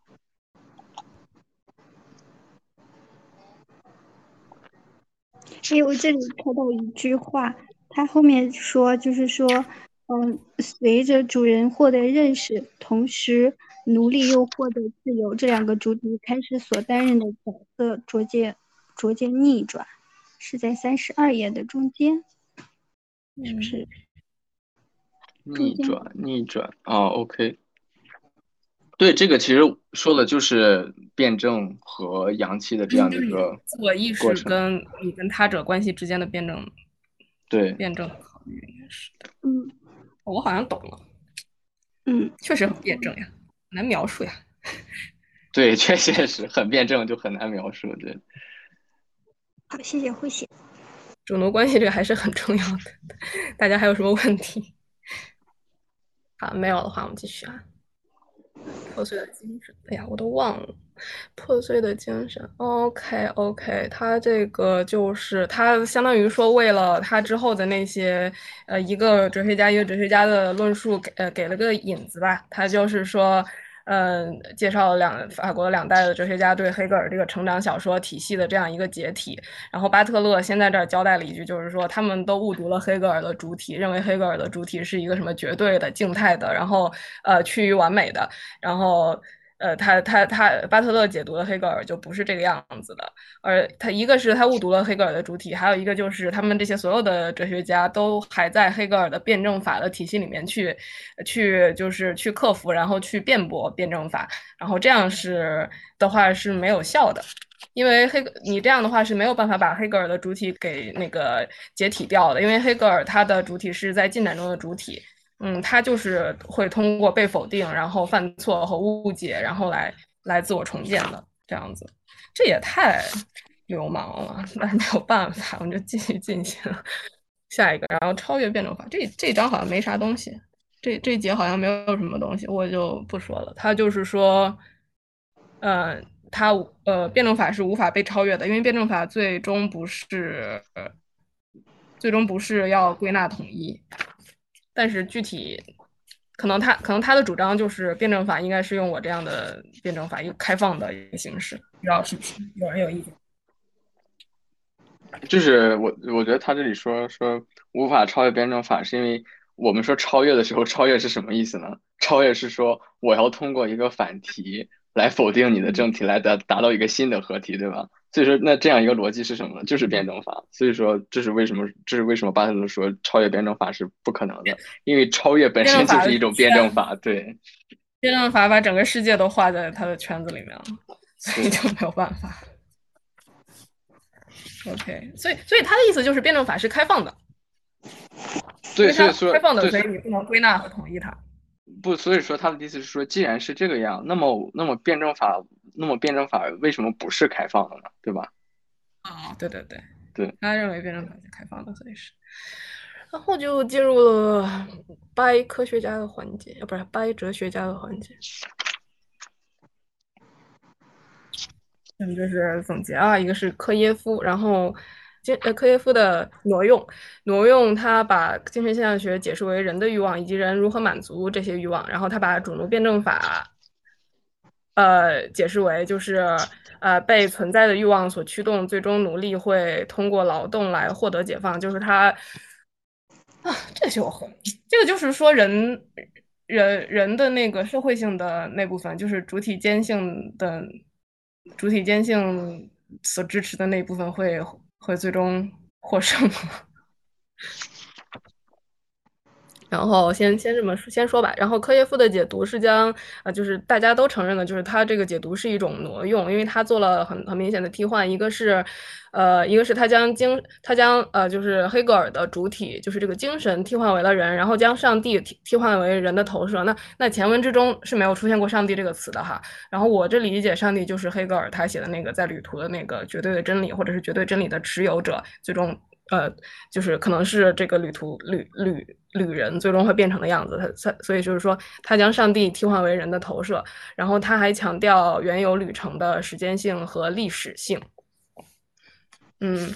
F: 哎，我这里看到一句话，它后面说，就是说，嗯，随着主人获得认识，同时奴隶又获得自由，这两个主体开始所担任的角色逐渐逐渐逆转，是在三十二页的中间，是不是？
C: 逆转，逆转啊 ，OK。对，这个其实说的就是辩证和阳气的这样的一个
B: 自我意识跟你跟他者关系之间的辩证，
C: 对，
B: 辩证考虑应该是的。
F: 嗯，
B: 我好像懂了。
F: 嗯，
B: 确实很辩证呀，难描述呀。
C: 对，确实是很辩证，就很难描述。对。
F: 好，谢谢慧姐。
B: 主奴关系这个还是很重要的，大家还有什么问题？好，没有的话我们继续啊。破碎的精神，哎呀，我都忘了。破碎的精神 ，OK OK，他这个就是他相当于说，为了他之后的那些呃一个哲学家一个哲学家的论述给呃给了个引子吧，他就是说。嗯，介绍了两法国两代的哲学家对黑格尔这个成长小说体系的这样一个解体。然后巴特勒先在这儿交代了一句，就是说他们都误读了黑格尔的主体，认为黑格尔的主体是一个什么绝对的、静态的，然后呃趋于完美的。然后呃，他他他巴特勒解读的黑格尔就不是这个样子的。而他一个是他误读了黑格尔的主体，还有一个就是他们这些所有的哲学家都还在黑格尔的辩证法的体系里面去去就是去克服，然后去辩驳辩证法，然后这样是的话是没有效的。因为黑你这样的话是没有办法把黑格尔的主体给那个解体掉的，因为黑格尔他的主体是在进展中的主体。嗯，他就是会通过被否定，然后犯错和误解，然后来来自我重建的这样子，这也太流氓了，但是没有办法，我们就继续进行下一个，然后超越辩证法。这这章好像没啥东西，这这节好像没有什么东西，我就不说了。他就是说，呃，他呃，辩证法是无法被超越的，因为辩证法最终不是，最终不是要归纳统一。但是具体可能他可能他的主张就是辩证法应该是用我这样的辩证法，一个开放的一个形式，不知道是不是有人有意见？
C: 就是我我觉得他这里说说无法超越辩证法，是因为我们说超越的时候，超越是什么意思呢？超越是说我要通过一个反题来否定你的正题，来达达到一个新的合题，对吧？所以说，那这样一个逻辑是什么呢？就是辩证法。所以说，这是为什么？这是为什么巴特勒说超越辩证法是不可能的？因为超越本身就是一种辩证法。对，
B: 辩证法把整个世界都画在他的圈子里面了，所以就没有办法。 OK，所以所以他的意思就是辩证法是开放的，
C: 对，所以说
B: 开放的，
C: 对
B: 所以你不能归纳和统一它。
C: 不，所以说他的意思是说，既然是这个样，那么那么辩证法，那么辩证法为什么不是开放的呢？对吧？
B: 啊、对对对
C: 对，
B: 他认为辩证法是开放的，所以是。然后就进入了掰科学家的环节，啊，不是掰哲学家的环节。嗯，这是总结啊，一个是科耶夫，然后精呃科耶夫的挪用，挪用他把精神现象学解释为人的欲望以及人如何满足这些欲望，然后他把主奴辩证法呃解释为就是呃被存在的欲望所驱动，最终努力会通过劳动来获得解放，就是他啊，这些我会，这个就是说人人人的那个社会性的那部分，就是主体间性的主体间性所支持的那部分会会最终获胜。然后先先这么说先说吧。然后科耶夫的解读是将呃，就是大家都承认的，就是他这个解读是一种挪用，因为他做了很很明显的替换。一个是，呃，一个是他将精他将呃，就是黑格尔的主体，就是这个精神替换为了人，然后将上帝替替换为人的投射。那那前文之中是没有出现过上帝这个词的哈。然后我这里理解上帝就是黑格尔他写的那个在旅途的那个绝对的真理，或者是绝对真理的持有者，最终。呃，就是可能是这个旅途旅旅旅人最终会变成的样子，他所以就是说，他将上帝替换为人的投射，然后他还强调原有旅程的时间性和历史性。嗯，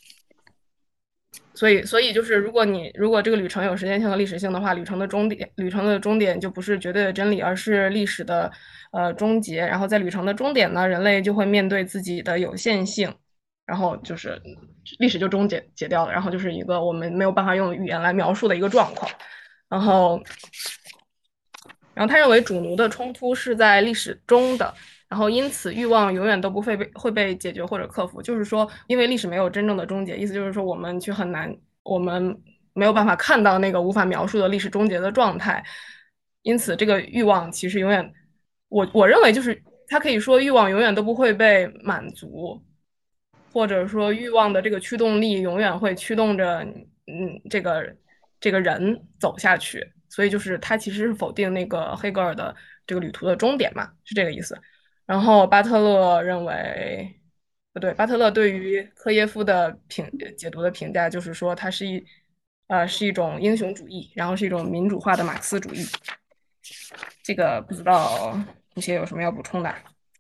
B: 所以所以就是，如果你如果这个旅程有时间性和历史性的话，旅程的终点旅程的终点就不是绝对的真理，而是历史的呃终结。然后在旅程的终点呢，人类就会面对自己的有限性。然后就是历史就终结结掉了，然后就是一个我们没有办法用语言来描述的一个状况。然后，然后他认为主奴的冲突是在历史中的，然后因此欲望永远都不会被会被解决或者克服。就是说，因为历史没有真正的终结，意思就是说我们去很难，我们没有办法看到那个无法描述的历史终结的状态。因此，这个欲望其实永远，我我认为就是他可以说欲望永远都不会被满足。或者说欲望的这个驱动力永远会驱动着，嗯，这个这个人走下去，所以就是他其实是否定那个黑格尔的这个旅途的终点嘛，是这个意思。然后巴特勒认为，不对，巴特勒对于科耶夫的评解读的评价就是说，它是一呃是一种英雄主义，然后是一种民主化的马克思主义。这个不知道吴邪有什么要补充的？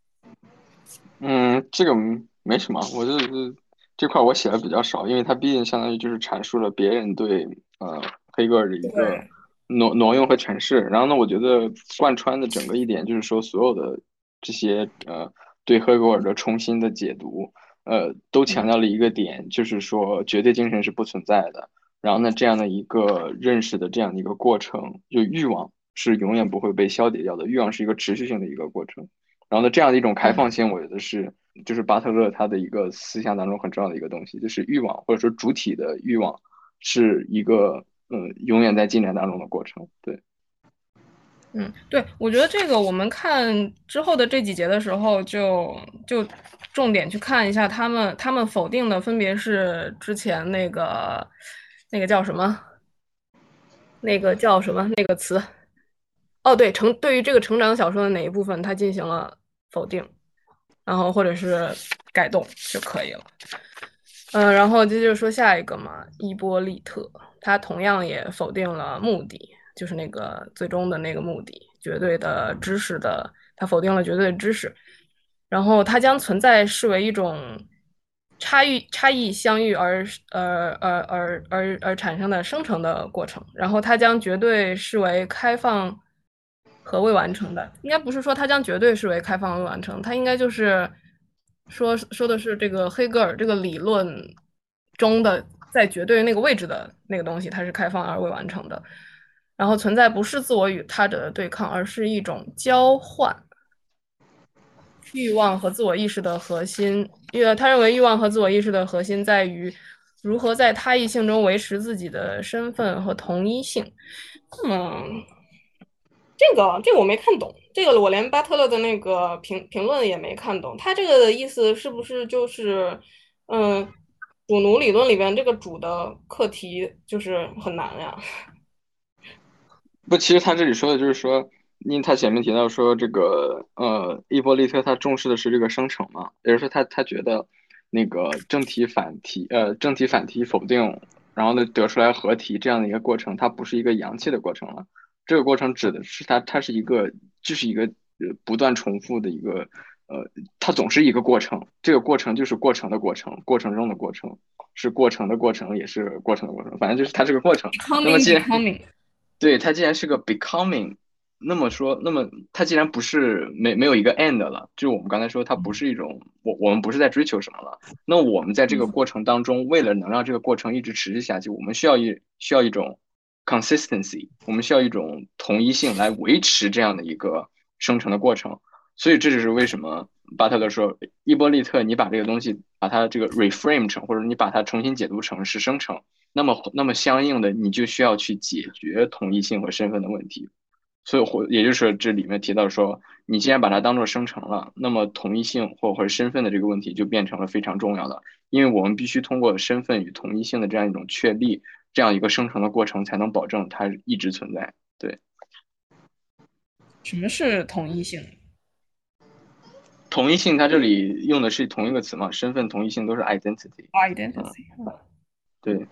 C: 嗯，这个没什么，我就是这块我写的比较少，因为它毕竟相当于就是阐述了别人对呃黑格尔的一个挪挪用和诠释。然后呢，我觉得贯穿的整个一点就是说，所有的这些呃对黑格尔的重新的解读，呃，都强调了一个点，就是说绝对精神是不存在的。然后呢，这样的一个认识的这样的一个过程，就欲望是永远不会被消解掉的，欲望是一个持续性的一个过程。然后呢，这样的一种开放性，我觉得是就是巴特勒他的一个思想当中很重要的一个东西，就是欲望或者说主体的欲望是一个呃永远在进展当中的过程。对，
B: 嗯，对，我觉得这个我们看之后的这几节的时候就，就重点去看一下他们他们否定的分别是之前那个那个叫什么，那个叫什么那个词。哦，对，成对于这个成长小说的哪一部分，他进行了否定，然后或者是改动就可以了。嗯、呃，然后这就是说下一个嘛，伊波利特，他同样也否定了目的，就是那个最终的那个目的，绝对的知识的，他否定了绝对的知识，然后他将存在视为一种差异差异相遇而呃而而而而产生的生成的过程，然后他将绝对视为开放和未完成的，应该不是说他将绝对视为开放未完成，他应该就是说说的是这个黑格尔这个理论中的在绝对那个位置的那个东西，它是开放而未完成的。然后存在不是自我与他者的对抗，而是一种交换。欲望和自我意识的核心，因为他认为欲望和自我意识的核心在于如何在他异性中维持自己的身份和同一性。嗯，这个这个我没看懂，这个我连巴特勒的那个评评论也没看懂。他这个的意思是不是就是，嗯， 主奴理论里边这个主的课题就是很难呀。
C: 不，其实他这里说的就是说，因为他前面提到说这个呃，伊波利特他重视的是这个生成嘛，也就是说他他觉得那个正题反题呃正题反题否定，然后呢得出来合题这样的一个过程，它不是一个阳气的过程了。这个过程指的是它它是一个就是一个呃不断重复的一个呃，它总是一个过程，这个过程就是过程的过程，过程中的过程是过程的过程，也是过程的过程，反正就是它这个过程。那么
B: Becoming
C: 既然
B: becoming，
C: 对，它既然是个 becoming，那么说，那么它既然不是没没有一个 end 了，就是我们刚才说它不是一种，我我们不是在追求什么了。那我们在这个过程当中，为了能让这个过程一直持续下去，我们需要一需要一种 consistency，我们需要一种统一性来维持这样的一个生成的过程。所以这就是为什么巴特勒说，伊波利特，你把这个东西把它这个 reframe 成，或者你把它重新解读成是生成。那么，那么相应的，你就需要去解决同一性和身份的问题。所以，或也就是说，这里面提到说，你既然把它当做生成了，那么同一性或或者身份的这个问题就变成了非常重要的，因为我们必须通过身份与同一性的这样一种确立，这样一个生成的过程，才能保证它一直存在。对，
B: 什么是同一性
C: 同一性它这里用的是同一个词嘛，身份同一性都是 identity。嗯，
B: ？Identity，
C: 对。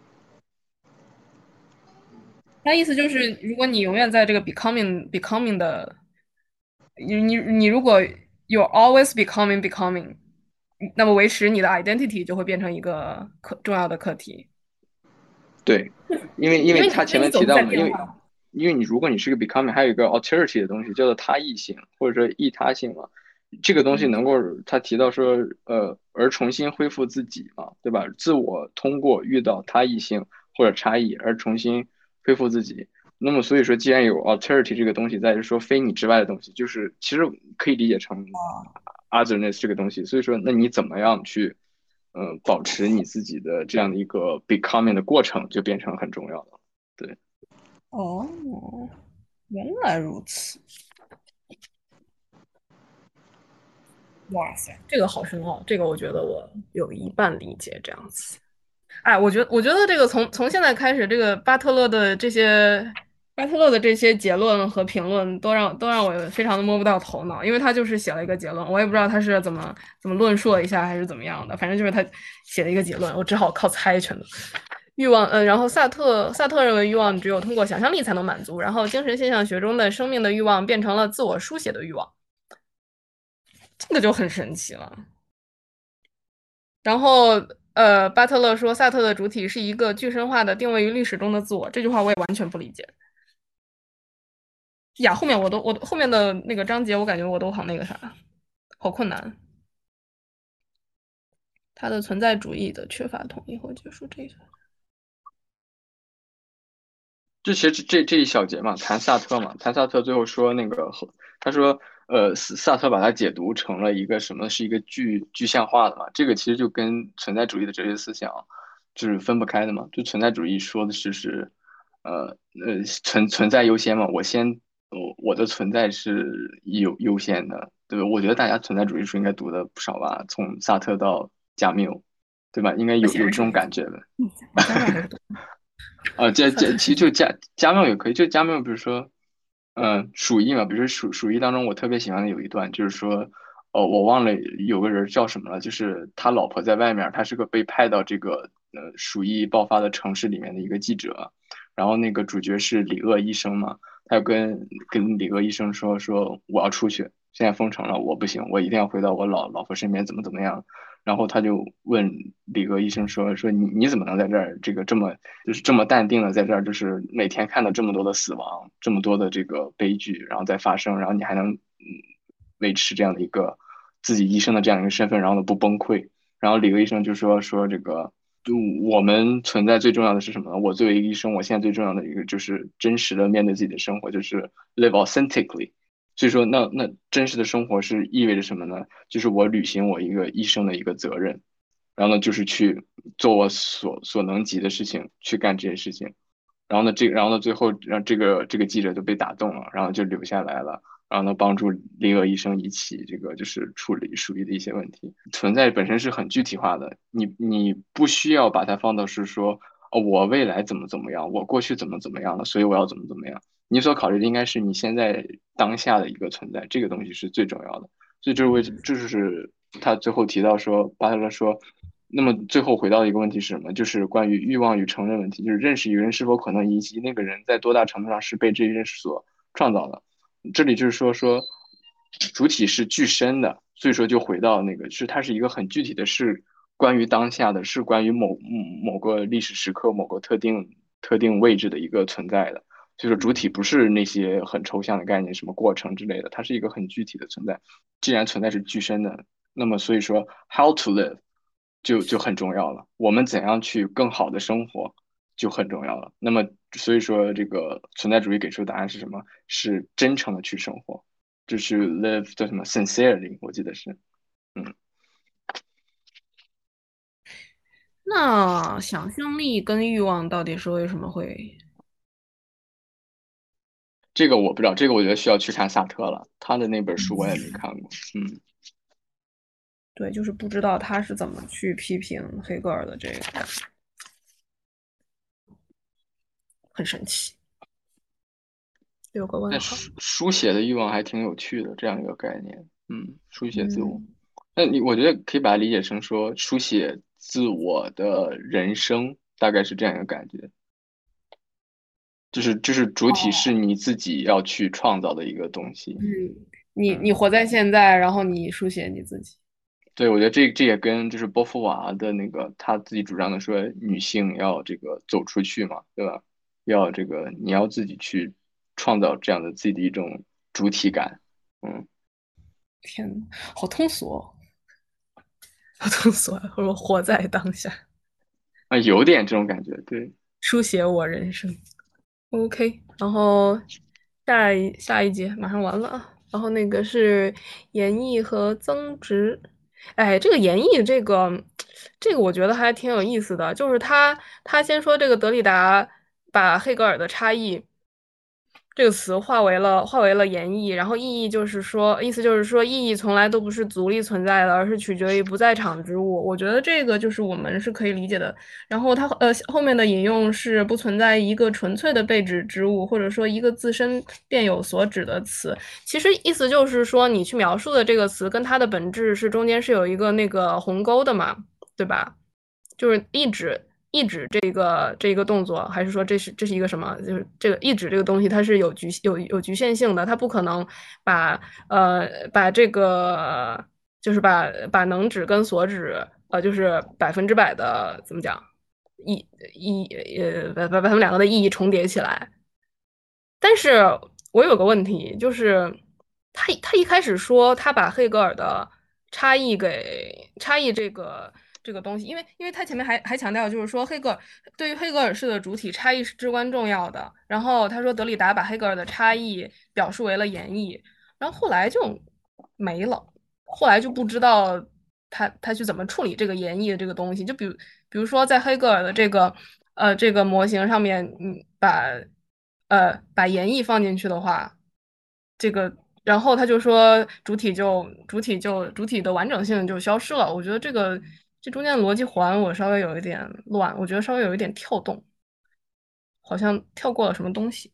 B: 它意思就是，如果你永远在这个 becoming becoming 的，你你你如果 you're always becoming becoming，那么维持你的 identity 就会变成一个课重要的课题。
C: 对，因为因
B: 因为你
C: 为他前
B: 因为你总是
C: 面提到嘛，因为
B: 在变化。
C: 因为你如果你是个 becoming，还有一个 alterity 的东西叫做他异性或者说异他性嘛，这个东西能够他提到说呃而重新恢复自己嘛，对吧？自我通过遇到他异性或者差异而重新恢复自己。那么所以说，既然有 alterity 这个东西在，就是说非你之外的东西，就是其实可以理解成 otherness 这个东西。所以说，那你怎么样去嗯、呃保持你自己的这样的一个 becoming 的过程，就变成很重要的。对，
B: 哦，原来如此。哇塞，这个好深奥，这个我觉得我有一半理解这样子。哎，我觉得，我觉得这个从从现在开始，这个巴特勒的这些巴特勒的这些结论和评论，都让都让我非常的摸不到头脑，因为他就是写了一个结论，我也不知道他是怎么怎么论述了一下，还是怎么样的，反正就是他写了一个结论，我只好靠猜全都。欲望，呃，然后萨特萨特认为欲望只有通过想象力才能满足，然后精神现象学中的生命的欲望变成了自我书写的欲望，这个就很神奇了。然后，呃，巴特勒说萨特的主体是一个具身化的定位于历史中的自我，这句话我也完全不理解。呀，后面我都我后面的那个章节，我感觉我都好那个啥，好困难。他的存在主义的缺乏统一和结束这个。
C: 这其实这这一小节嘛，谈萨特嘛，谈萨特最后说那个，他说，呃，萨特把它解读成了一个什么，是一个具具象化的嘛，这个其实就跟存在主义的哲学思想就是分不开的嘛，就存在主义说的是是，呃呃存存在优先嘛，我先我我的存在是优优先的，对吧？我觉得大家存在主义书应该读的不少吧，从萨特到加缪，对吧？应该有有这种感觉的。啊，加加其实就加加缪也可以，就加缪，比如说，嗯、鼠疫嘛，比如说鼠鼠疫当中，我特别喜欢的有一段，就是说，哦，我忘了有个人叫什么了，就是他老婆在外面，他是个被派到这个呃鼠疫爆发的城市里面的一个记者，然后那个主角是李鄂医生嘛，他跟跟李鄂医生说说我要出去，现在封城了，我不行，我一定要回到我老老婆身边，怎么怎么样。然后他就问李鄂医生说说你你怎么能在这儿这个这么就是这么淡定的在这儿就是每天看到这么多的死亡这么多的这个悲剧然后再发生然后你还能嗯维持这样的一个自己医生的这样一个身份然后呢不崩溃然后李鄂医生就说说这个就我们存在最重要的是什么呢？我作为一个医生，我现在最重要的一个就是真实的面对自己的生活，就是 live authentically。所以说那那真实的生活是意味着什么呢？就是我履行我一个医生的一个责任，然后呢就是去做我所所能及的事情，去干这些事情。然后呢这然后呢最后让这个这个记者就被打动了，然后就留下来了， 然后呢帮助离莪医生一起这个就是处理鼠疫的一些问题。存在本身是很具体化的，你你不需要把它放到是说哦我未来怎么怎么样，我过去怎么怎么样了，所以我要怎么怎么样。你所考虑的应该是你现在当下的一个存在，这个东西是最重要的。所以这是为这就是他最后提到说，巴特勒说，那么最后回到一个问题是什么？就是关于欲望与承认问题，就是认识一个人是否可能，以及那个人在多大程度上是被这一认识所创造的。这里就是说说主体是具身的，所以说就回到那个，是它是一个很具体的，是关于当下的，是关于某某个历史时刻、某个特定特定位置的一个存在的。所以说主体不是那些很抽象的概念，什么过程之类的，它是一个很具体的存在。既然存在是具身的，那么所以说 how to live 就就很重要了。我们怎样去更好的生活就很重要了。那么所以说这个存在主义给出的答案是什么？是真诚的去生活，就是 live 叫什么 sincerely，我记得是，嗯。
B: 那想象力跟欲望到底是为什么会？
C: 这个我不知道，这个我觉得需要去看萨特了，他的那本书我也没看过，嗯。
B: 对，就是不知道他是怎么去批评黑格尔的这个，很神奇。有个问
C: 那
B: 号。
C: 书书写的欲望还挺有趣的，这样一个概念，嗯，书写自我。
B: 嗯，
C: 那你我觉得可以把它理解成说，书写自我的人生，大概是这样一个感觉。就是就是主体是
B: 哦，
C: 你自己要去创造的一个东西，
B: 嗯，你你
C: 嗯。
B: 活在现在，然后你书写你自己。
C: 对，我觉得这这也跟就是波伏娃的那个他自己主张的说，女性要这个走出去嘛，对吧？要这个你要自己去创造这样的自己的一种主体感，嗯。
B: 天呐，好通俗哦，好通俗啊！或者活在当下，
C: 啊，有点这种感觉，对。
B: 书写我人生。OK，然后下一下一节马上完了啊。然后那个是演绎和增值。哎，这个演绎这个这个我觉得还挺有意思的，就是他他先说这个德里达把黑格尔的差异这个词化为了化为了言义，然后意义就是说，意思就是说，意义从来都不是独立存在的，而是取决于不在场之物。我觉得这个就是我们是可以理解的。然后它呃后面的引用是不存在一个纯粹的被指之物，或者说一个自身便有所指的词。其实意思就是说，你去描述的这个词跟它的本质是中间是有一个那个鸿沟的嘛，对吧？就是意指意指这个这个动作，还是说这是这是一个什么？就是这个意指这个东西，它是有局有有局限性的，它不可能把呃把这个就是把把能指跟所指呃就是百分之百的怎么讲意意呃把把把它们两个的意义重叠起来。但是我有个问题，就是他他一开始说他把黑格尔的差异给差异这个这个东西，因为因为他前面还还强调，就是说黑格尔对于黑格尔式的主体差异是至关重要的。然后他说德里达把黑格尔的差异表述为了演绎，然后后来就没了，后来就不知道他他去怎么处理这个演绎的这个东西。就比如比如说在黑格尔的这个呃这个模型上面，嗯，把呃把演绎放进去的话，这个然后他就说主体就主体就主体的完整性就消失了。我觉得这个这中间的逻辑环我稍微有一点乱，我觉得稍微有一点跳动，好像跳过了什么东西。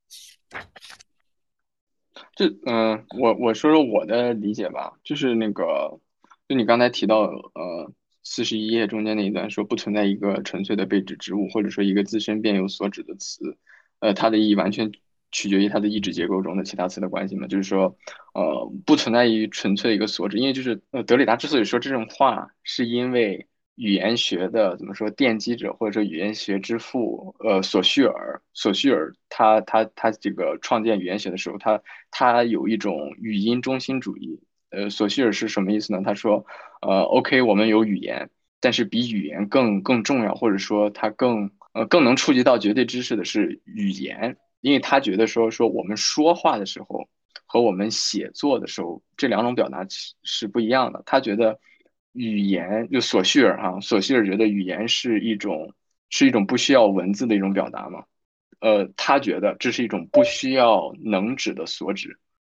C: 这嗯、呃我我说说我的理解吧，就是那个，就你刚才提到呃四十一页中间那一段说不存在一个纯粹的被指之物，或者说一个自身便有所指的词，呃，它的意义完全取决于它的意指结构中的其他词的关系嘛，就是说呃不存在于纯粹一个所指，因为就是呃德里达之所以说这种话，是因为语言学的怎么说奠基者或者说语言学之父，呃，索绪尔，索绪尔他他他这个创建语言学的时候，他他有一种语音中心主义。呃，索绪尔是什么意思呢？他说，呃，OK，我们有语言，但是比语言更更重要，或者说它更呃更能触及到绝对知识的是语言，因为他觉得说说我们说话的时候和我们写作的时候这两种表达是是不一样的。他觉得语言就索绪尔哈，索绪尔觉得语言是一种是一种不需要文字的一种表达嘛。呃，他觉得这是一种不需要能指的所指。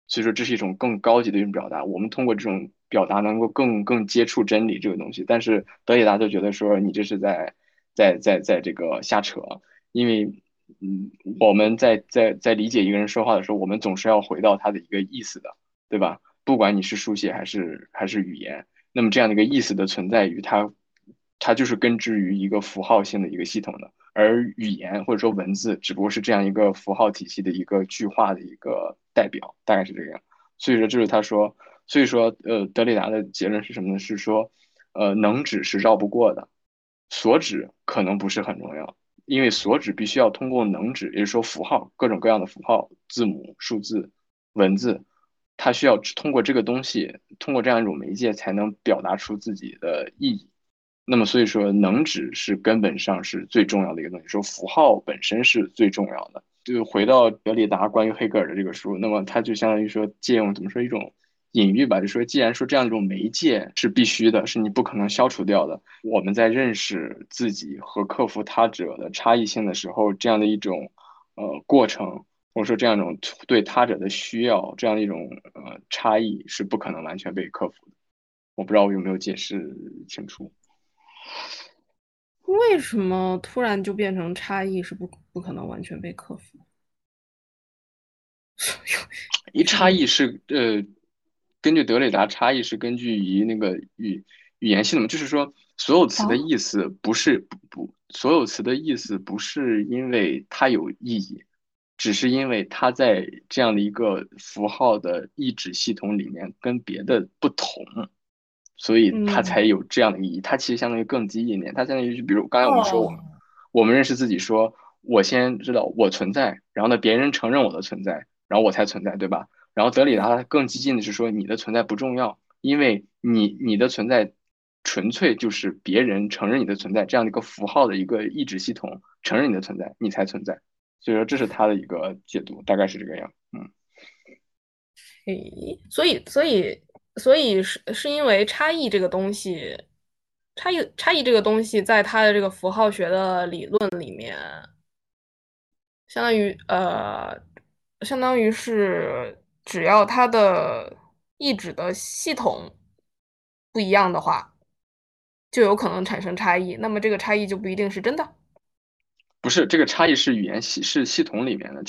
C: 所以说这是一种更高级的一种表达。我们通过这种表达能够更更接触真理这个东西，但是德里达就觉得说你这是在在在在这个瞎扯，因为嗯我们在在在理解一个人说话的时候，我们总是要回到他的一个意思的，对吧？不管你是书写还是还是语言，那么这样的一个意思的存在于它，它就是根植于一个符号性的一个系统的。而语言或者说文字只不过是这样一个符号体系的一个句化的一个代表，大概是这个样。所以说，这是他说，所以说，呃，德里达的结论是什么呢？是说，呃，能指是绕不过的，所指可能不是很重要，因为所指必须要通过能指，也就是说符号，各种各样的符号、字母、数字、文字，它需要通过这个东西，通过这样一种媒介，才能表达出自己的意义。那么所以说，能指是根本上是最重要的一个东西，说符号本身是最重要的。就回到德里达关于黑格尔的这个书，那么他就相当于说借用怎么说一种隐喻吧，就说既然说这样一种媒介是必须的，是你不可能消除掉的，我们在认识自己和克服他者的差异性的时候，这样的一种呃过程，或者说这样一种对他者的需要，这样一种呃差异是不可能完全被克服的。我不知道我有没有解释清楚。
B: 为什么突然就变成差异是不不可能完全被克服？
C: 一差异是呃，根据德雷达，差异是根据于那个语语言系统，就是说所有词的意思不是不不，所有词的意思不是因为它有意义，只是因为它在这样的一个符号的意指系统里面跟别的不同，所以它才
B: 嗯，
C: 有这样的意义。它其实相当于更激一点，它相当于就比如刚才我们说我们
B: 哦，
C: 我们认识自己说，我先知道我存在，然后呢别人承认我的存在，然后我才存在，对吧？然后德里达他更激进的是说，你的存在不重要，因为你你的存在纯粹就是别人承认你的存在这样的一个符号的一个意志系统承认你的存在，你才存在。所以说这是他的一个解读，大概是这个样。嗯，
B: 诶，所以所以所以是是因为差异这个东西，差异差异这个东西，在它的这个符号学的理论里面，相当于呃，相当于是只要它的意指的系统不一样的话，就有可能产生差异，那么这个差异就不一定是真的。
C: 不是，这个差异是语言系是系统里面的，就是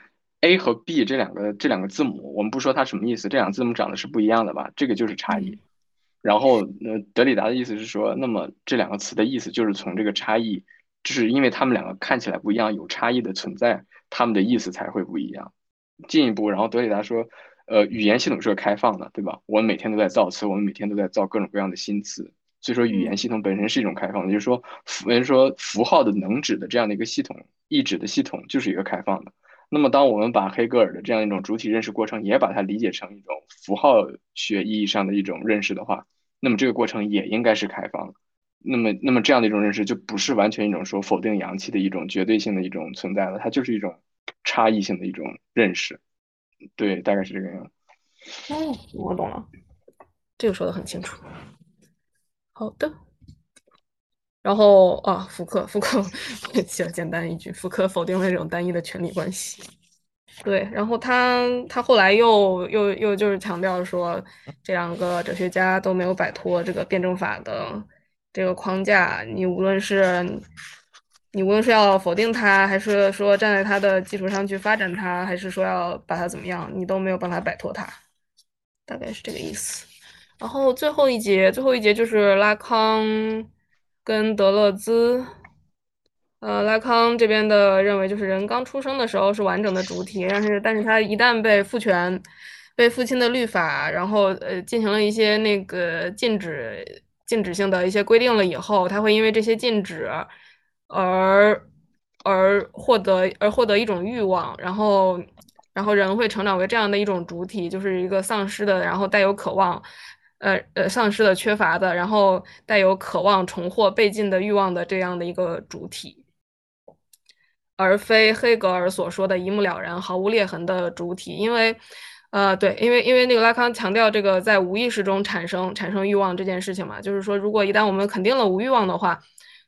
C: A 和 B 这两个这两个字母，我们不说它什么意思，这两个字母长得是不一样的吧？这个就是差异。
B: 嗯
C: 然后，呃，德里达的意思是说，那么这两个词的意思就是从这个差异，就是因为它们两个看起来不一样，有差异的存在，它们的意思才会不一样。进一步，然后德里达说，呃，语言系统是个开放的，对吧？我们每天都在造词，我们每天都在造各种各样的新词，所以说语言
B: 嗯
C: 系统本身是一种开放的，就是说符，就是说符号的能指的这样的一个系统，意指的系统就是一个开放的。那么，当我们把黑格尔的这样一种主体认识过程，也把它理解成一种符号学意义上的一种认识的话，那么这个过程也应该是开放的。那么，那么这样的一种认识就不是完全一种说否定阳气的一种绝对性的一种存在了，它就是一种差异性的一种认识。对，大概是这个样子。
B: 哦，我懂了，这个说的很清楚。好的。然后啊，福克，福克写了简单一句，福克否定了这种单一的权利关系。对，然后他他后来又又又就是强调说，这两个哲学家都没有摆脱这个辩证法的这个框架。你无论是你无论是要否定它，还是说站在它的基础上去发展它，还是说要把它怎么样，你都没有办法摆脱它，大概是这个意思。然后最后一节，最后一节就是拉康跟德勒兹。呃，拉康这边的认为，就是人刚出生的时候是完整的主体，但是但是他一旦被父权、被父亲的律法，然后呃进行了一些那个禁止、禁止性的一些规定了以后，他会因为这些禁止而而获得而获得一种欲望，然后然后人会成长为这样的一种主体，就是一个丧失的，然后带有渴望。呃呃，丧失的、缺乏的，然后带有渴望重获被禁的欲望的这样的一个主体。而非黑格尔所说的一目了然、毫无裂痕的主体。因为，呃，对，因为因为那个拉康强调这个在无意识中产生产生欲望这件事情嘛，就是说，如果一旦我们肯定了无欲望的话，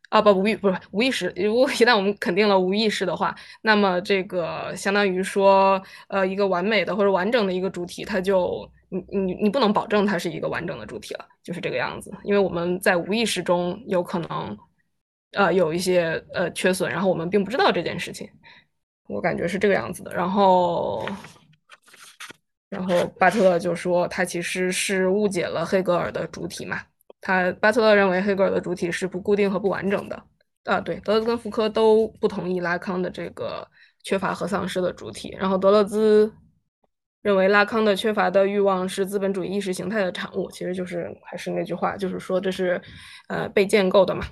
B: 啊不无意不是无意识，如果一旦我们肯定了无意识的话，那么这个相当于说呃一个完美的或者完整的一个主体，它就你你你不能保证它是一个完整的主体了，就是这个样子，因为我们在无意识中有可能呃有一些呃缺损，然后我们并不知道这件事情，我感觉是这个样子的。然后然后巴特勒就说他其实是误解了黑格尔的主体嘛。他巴特勒认为黑格尔的主体是不固定和不完整的，啊，对，德勒兹跟福柯都不同意拉康的这个缺乏和丧失的主体，然后德勒兹认为拉康的缺乏的欲望是资本主义意识形态的产物，其实就是还是那句话，就是说这是呃被建构的嘛。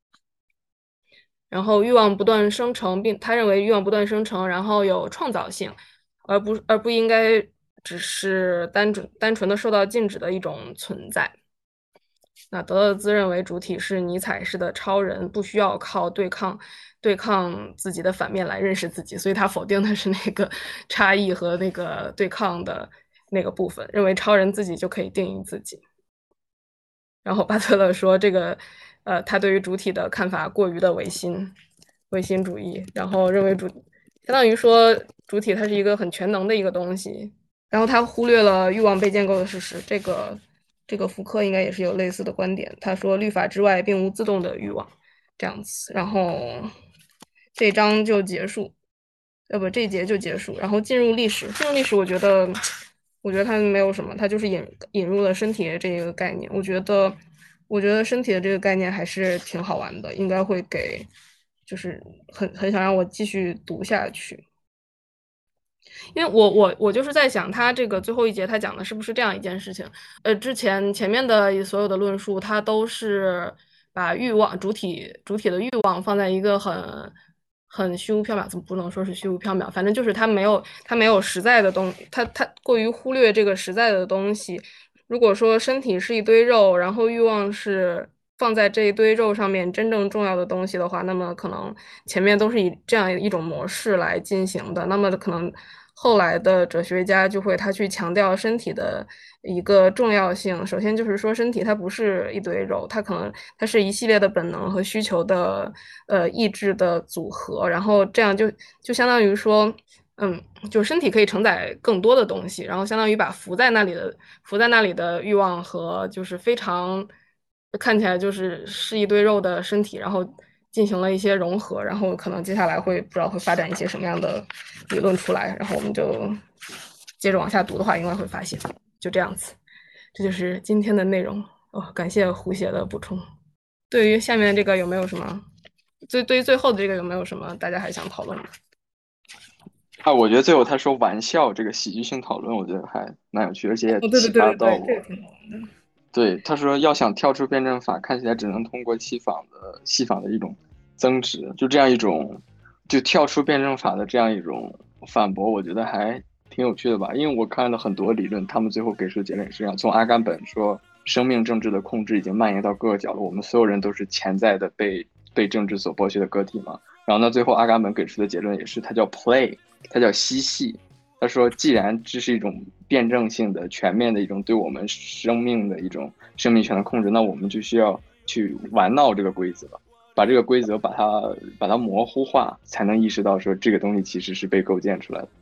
B: 然后欲望不断生成，并他认为欲望不断生成，然后有创造性，而不而不应该只是单纯单纯的受到禁止的一种存在。那德勒兹认为主体是尼采式的超人，不需要靠对抗对抗自己的反面来认识自己，所以他否定的是那个差异和那个对抗的那个部分，认为超人自己就可以定义自己。然后巴特勒说这个呃他对于主体的看法过于的唯心唯心主义，然后认为主相当于说主体它是一个很全能的一个东西，然后他忽略了欲望被建构的事实。这个这个福柯应该也是有类似的观点，他说律法之外并无自动的欲望这样子。然后这一章就结束，呃不这一节就结束，然后进入历史。进入历史我觉得我觉得它没有什么，它就是引引入了身体的这个概念。我觉得我觉得身体的这个概念还是挺好玩的，应该会给就是很很想让我继续读下去。因为我我我就是在想，他这个最后一节他讲的是不是这样一件事情？呃，之前前面的所有的论述，它都是把欲望主体主体的欲望放在一个很很虚无缥缈，怎么不能说是虚无缥缈？反正就是他没有他没有实在的东，他他过于忽略这个实在的东西。如果说身体是一堆肉，然后欲望是放在这一堆肉上面真正重要的东西的话，那么可能前面都是以这样一种模式来进行的，那么可能后来的哲学家就会他去强调身体的一个重要性。首先就是说身体它不是一堆肉，它可能它是一系列的本能和需求的呃意志的组合，然后这样就就相当于说嗯，就身体可以承载更多的东西，然后相当于把浮在那里的浮在那里的欲望和就是非常看起来就是是一堆肉的身体，然后进行了一些融合，然后可能接下来会不知道会发展一些什么样的理论出来，然后我们就接着往下读的话，应该会发现就这样子。这就是今天的内容哦，感谢胡写的补充。对于下面这个有没有什么？最对于最后的这个有没有什么大家还想讨论的？
C: 啊，我觉得最后他说玩笑这个喜剧性讨论，我觉得还蛮有趣，而且也启发到我。
B: 哦、对对对对对，这个挺好的。
C: 对，他说要想跳出辩证法，看起来只能通过细仿的细仿的一种增值，就这样一种就跳出辩证法的这样一种反驳，我觉得还挺有趣的吧。因为我看了很多理论，他们最后给出的结论也是这样。从阿甘本说生命政治的控制已经蔓延到各个角落，我们所有人都是潜在的被被政治所剥削的个体嘛。然后呢，最后阿甘本给出的结论也是，它叫 play， 它叫嬉戏。他说，既然这是一种辩证性的、全面的一种对我们生命的一种生命权的控制，那我们就需要去玩闹这个规则，把这个规则把它把它模糊化，才能意识到说这个东西其实是被构建出来的。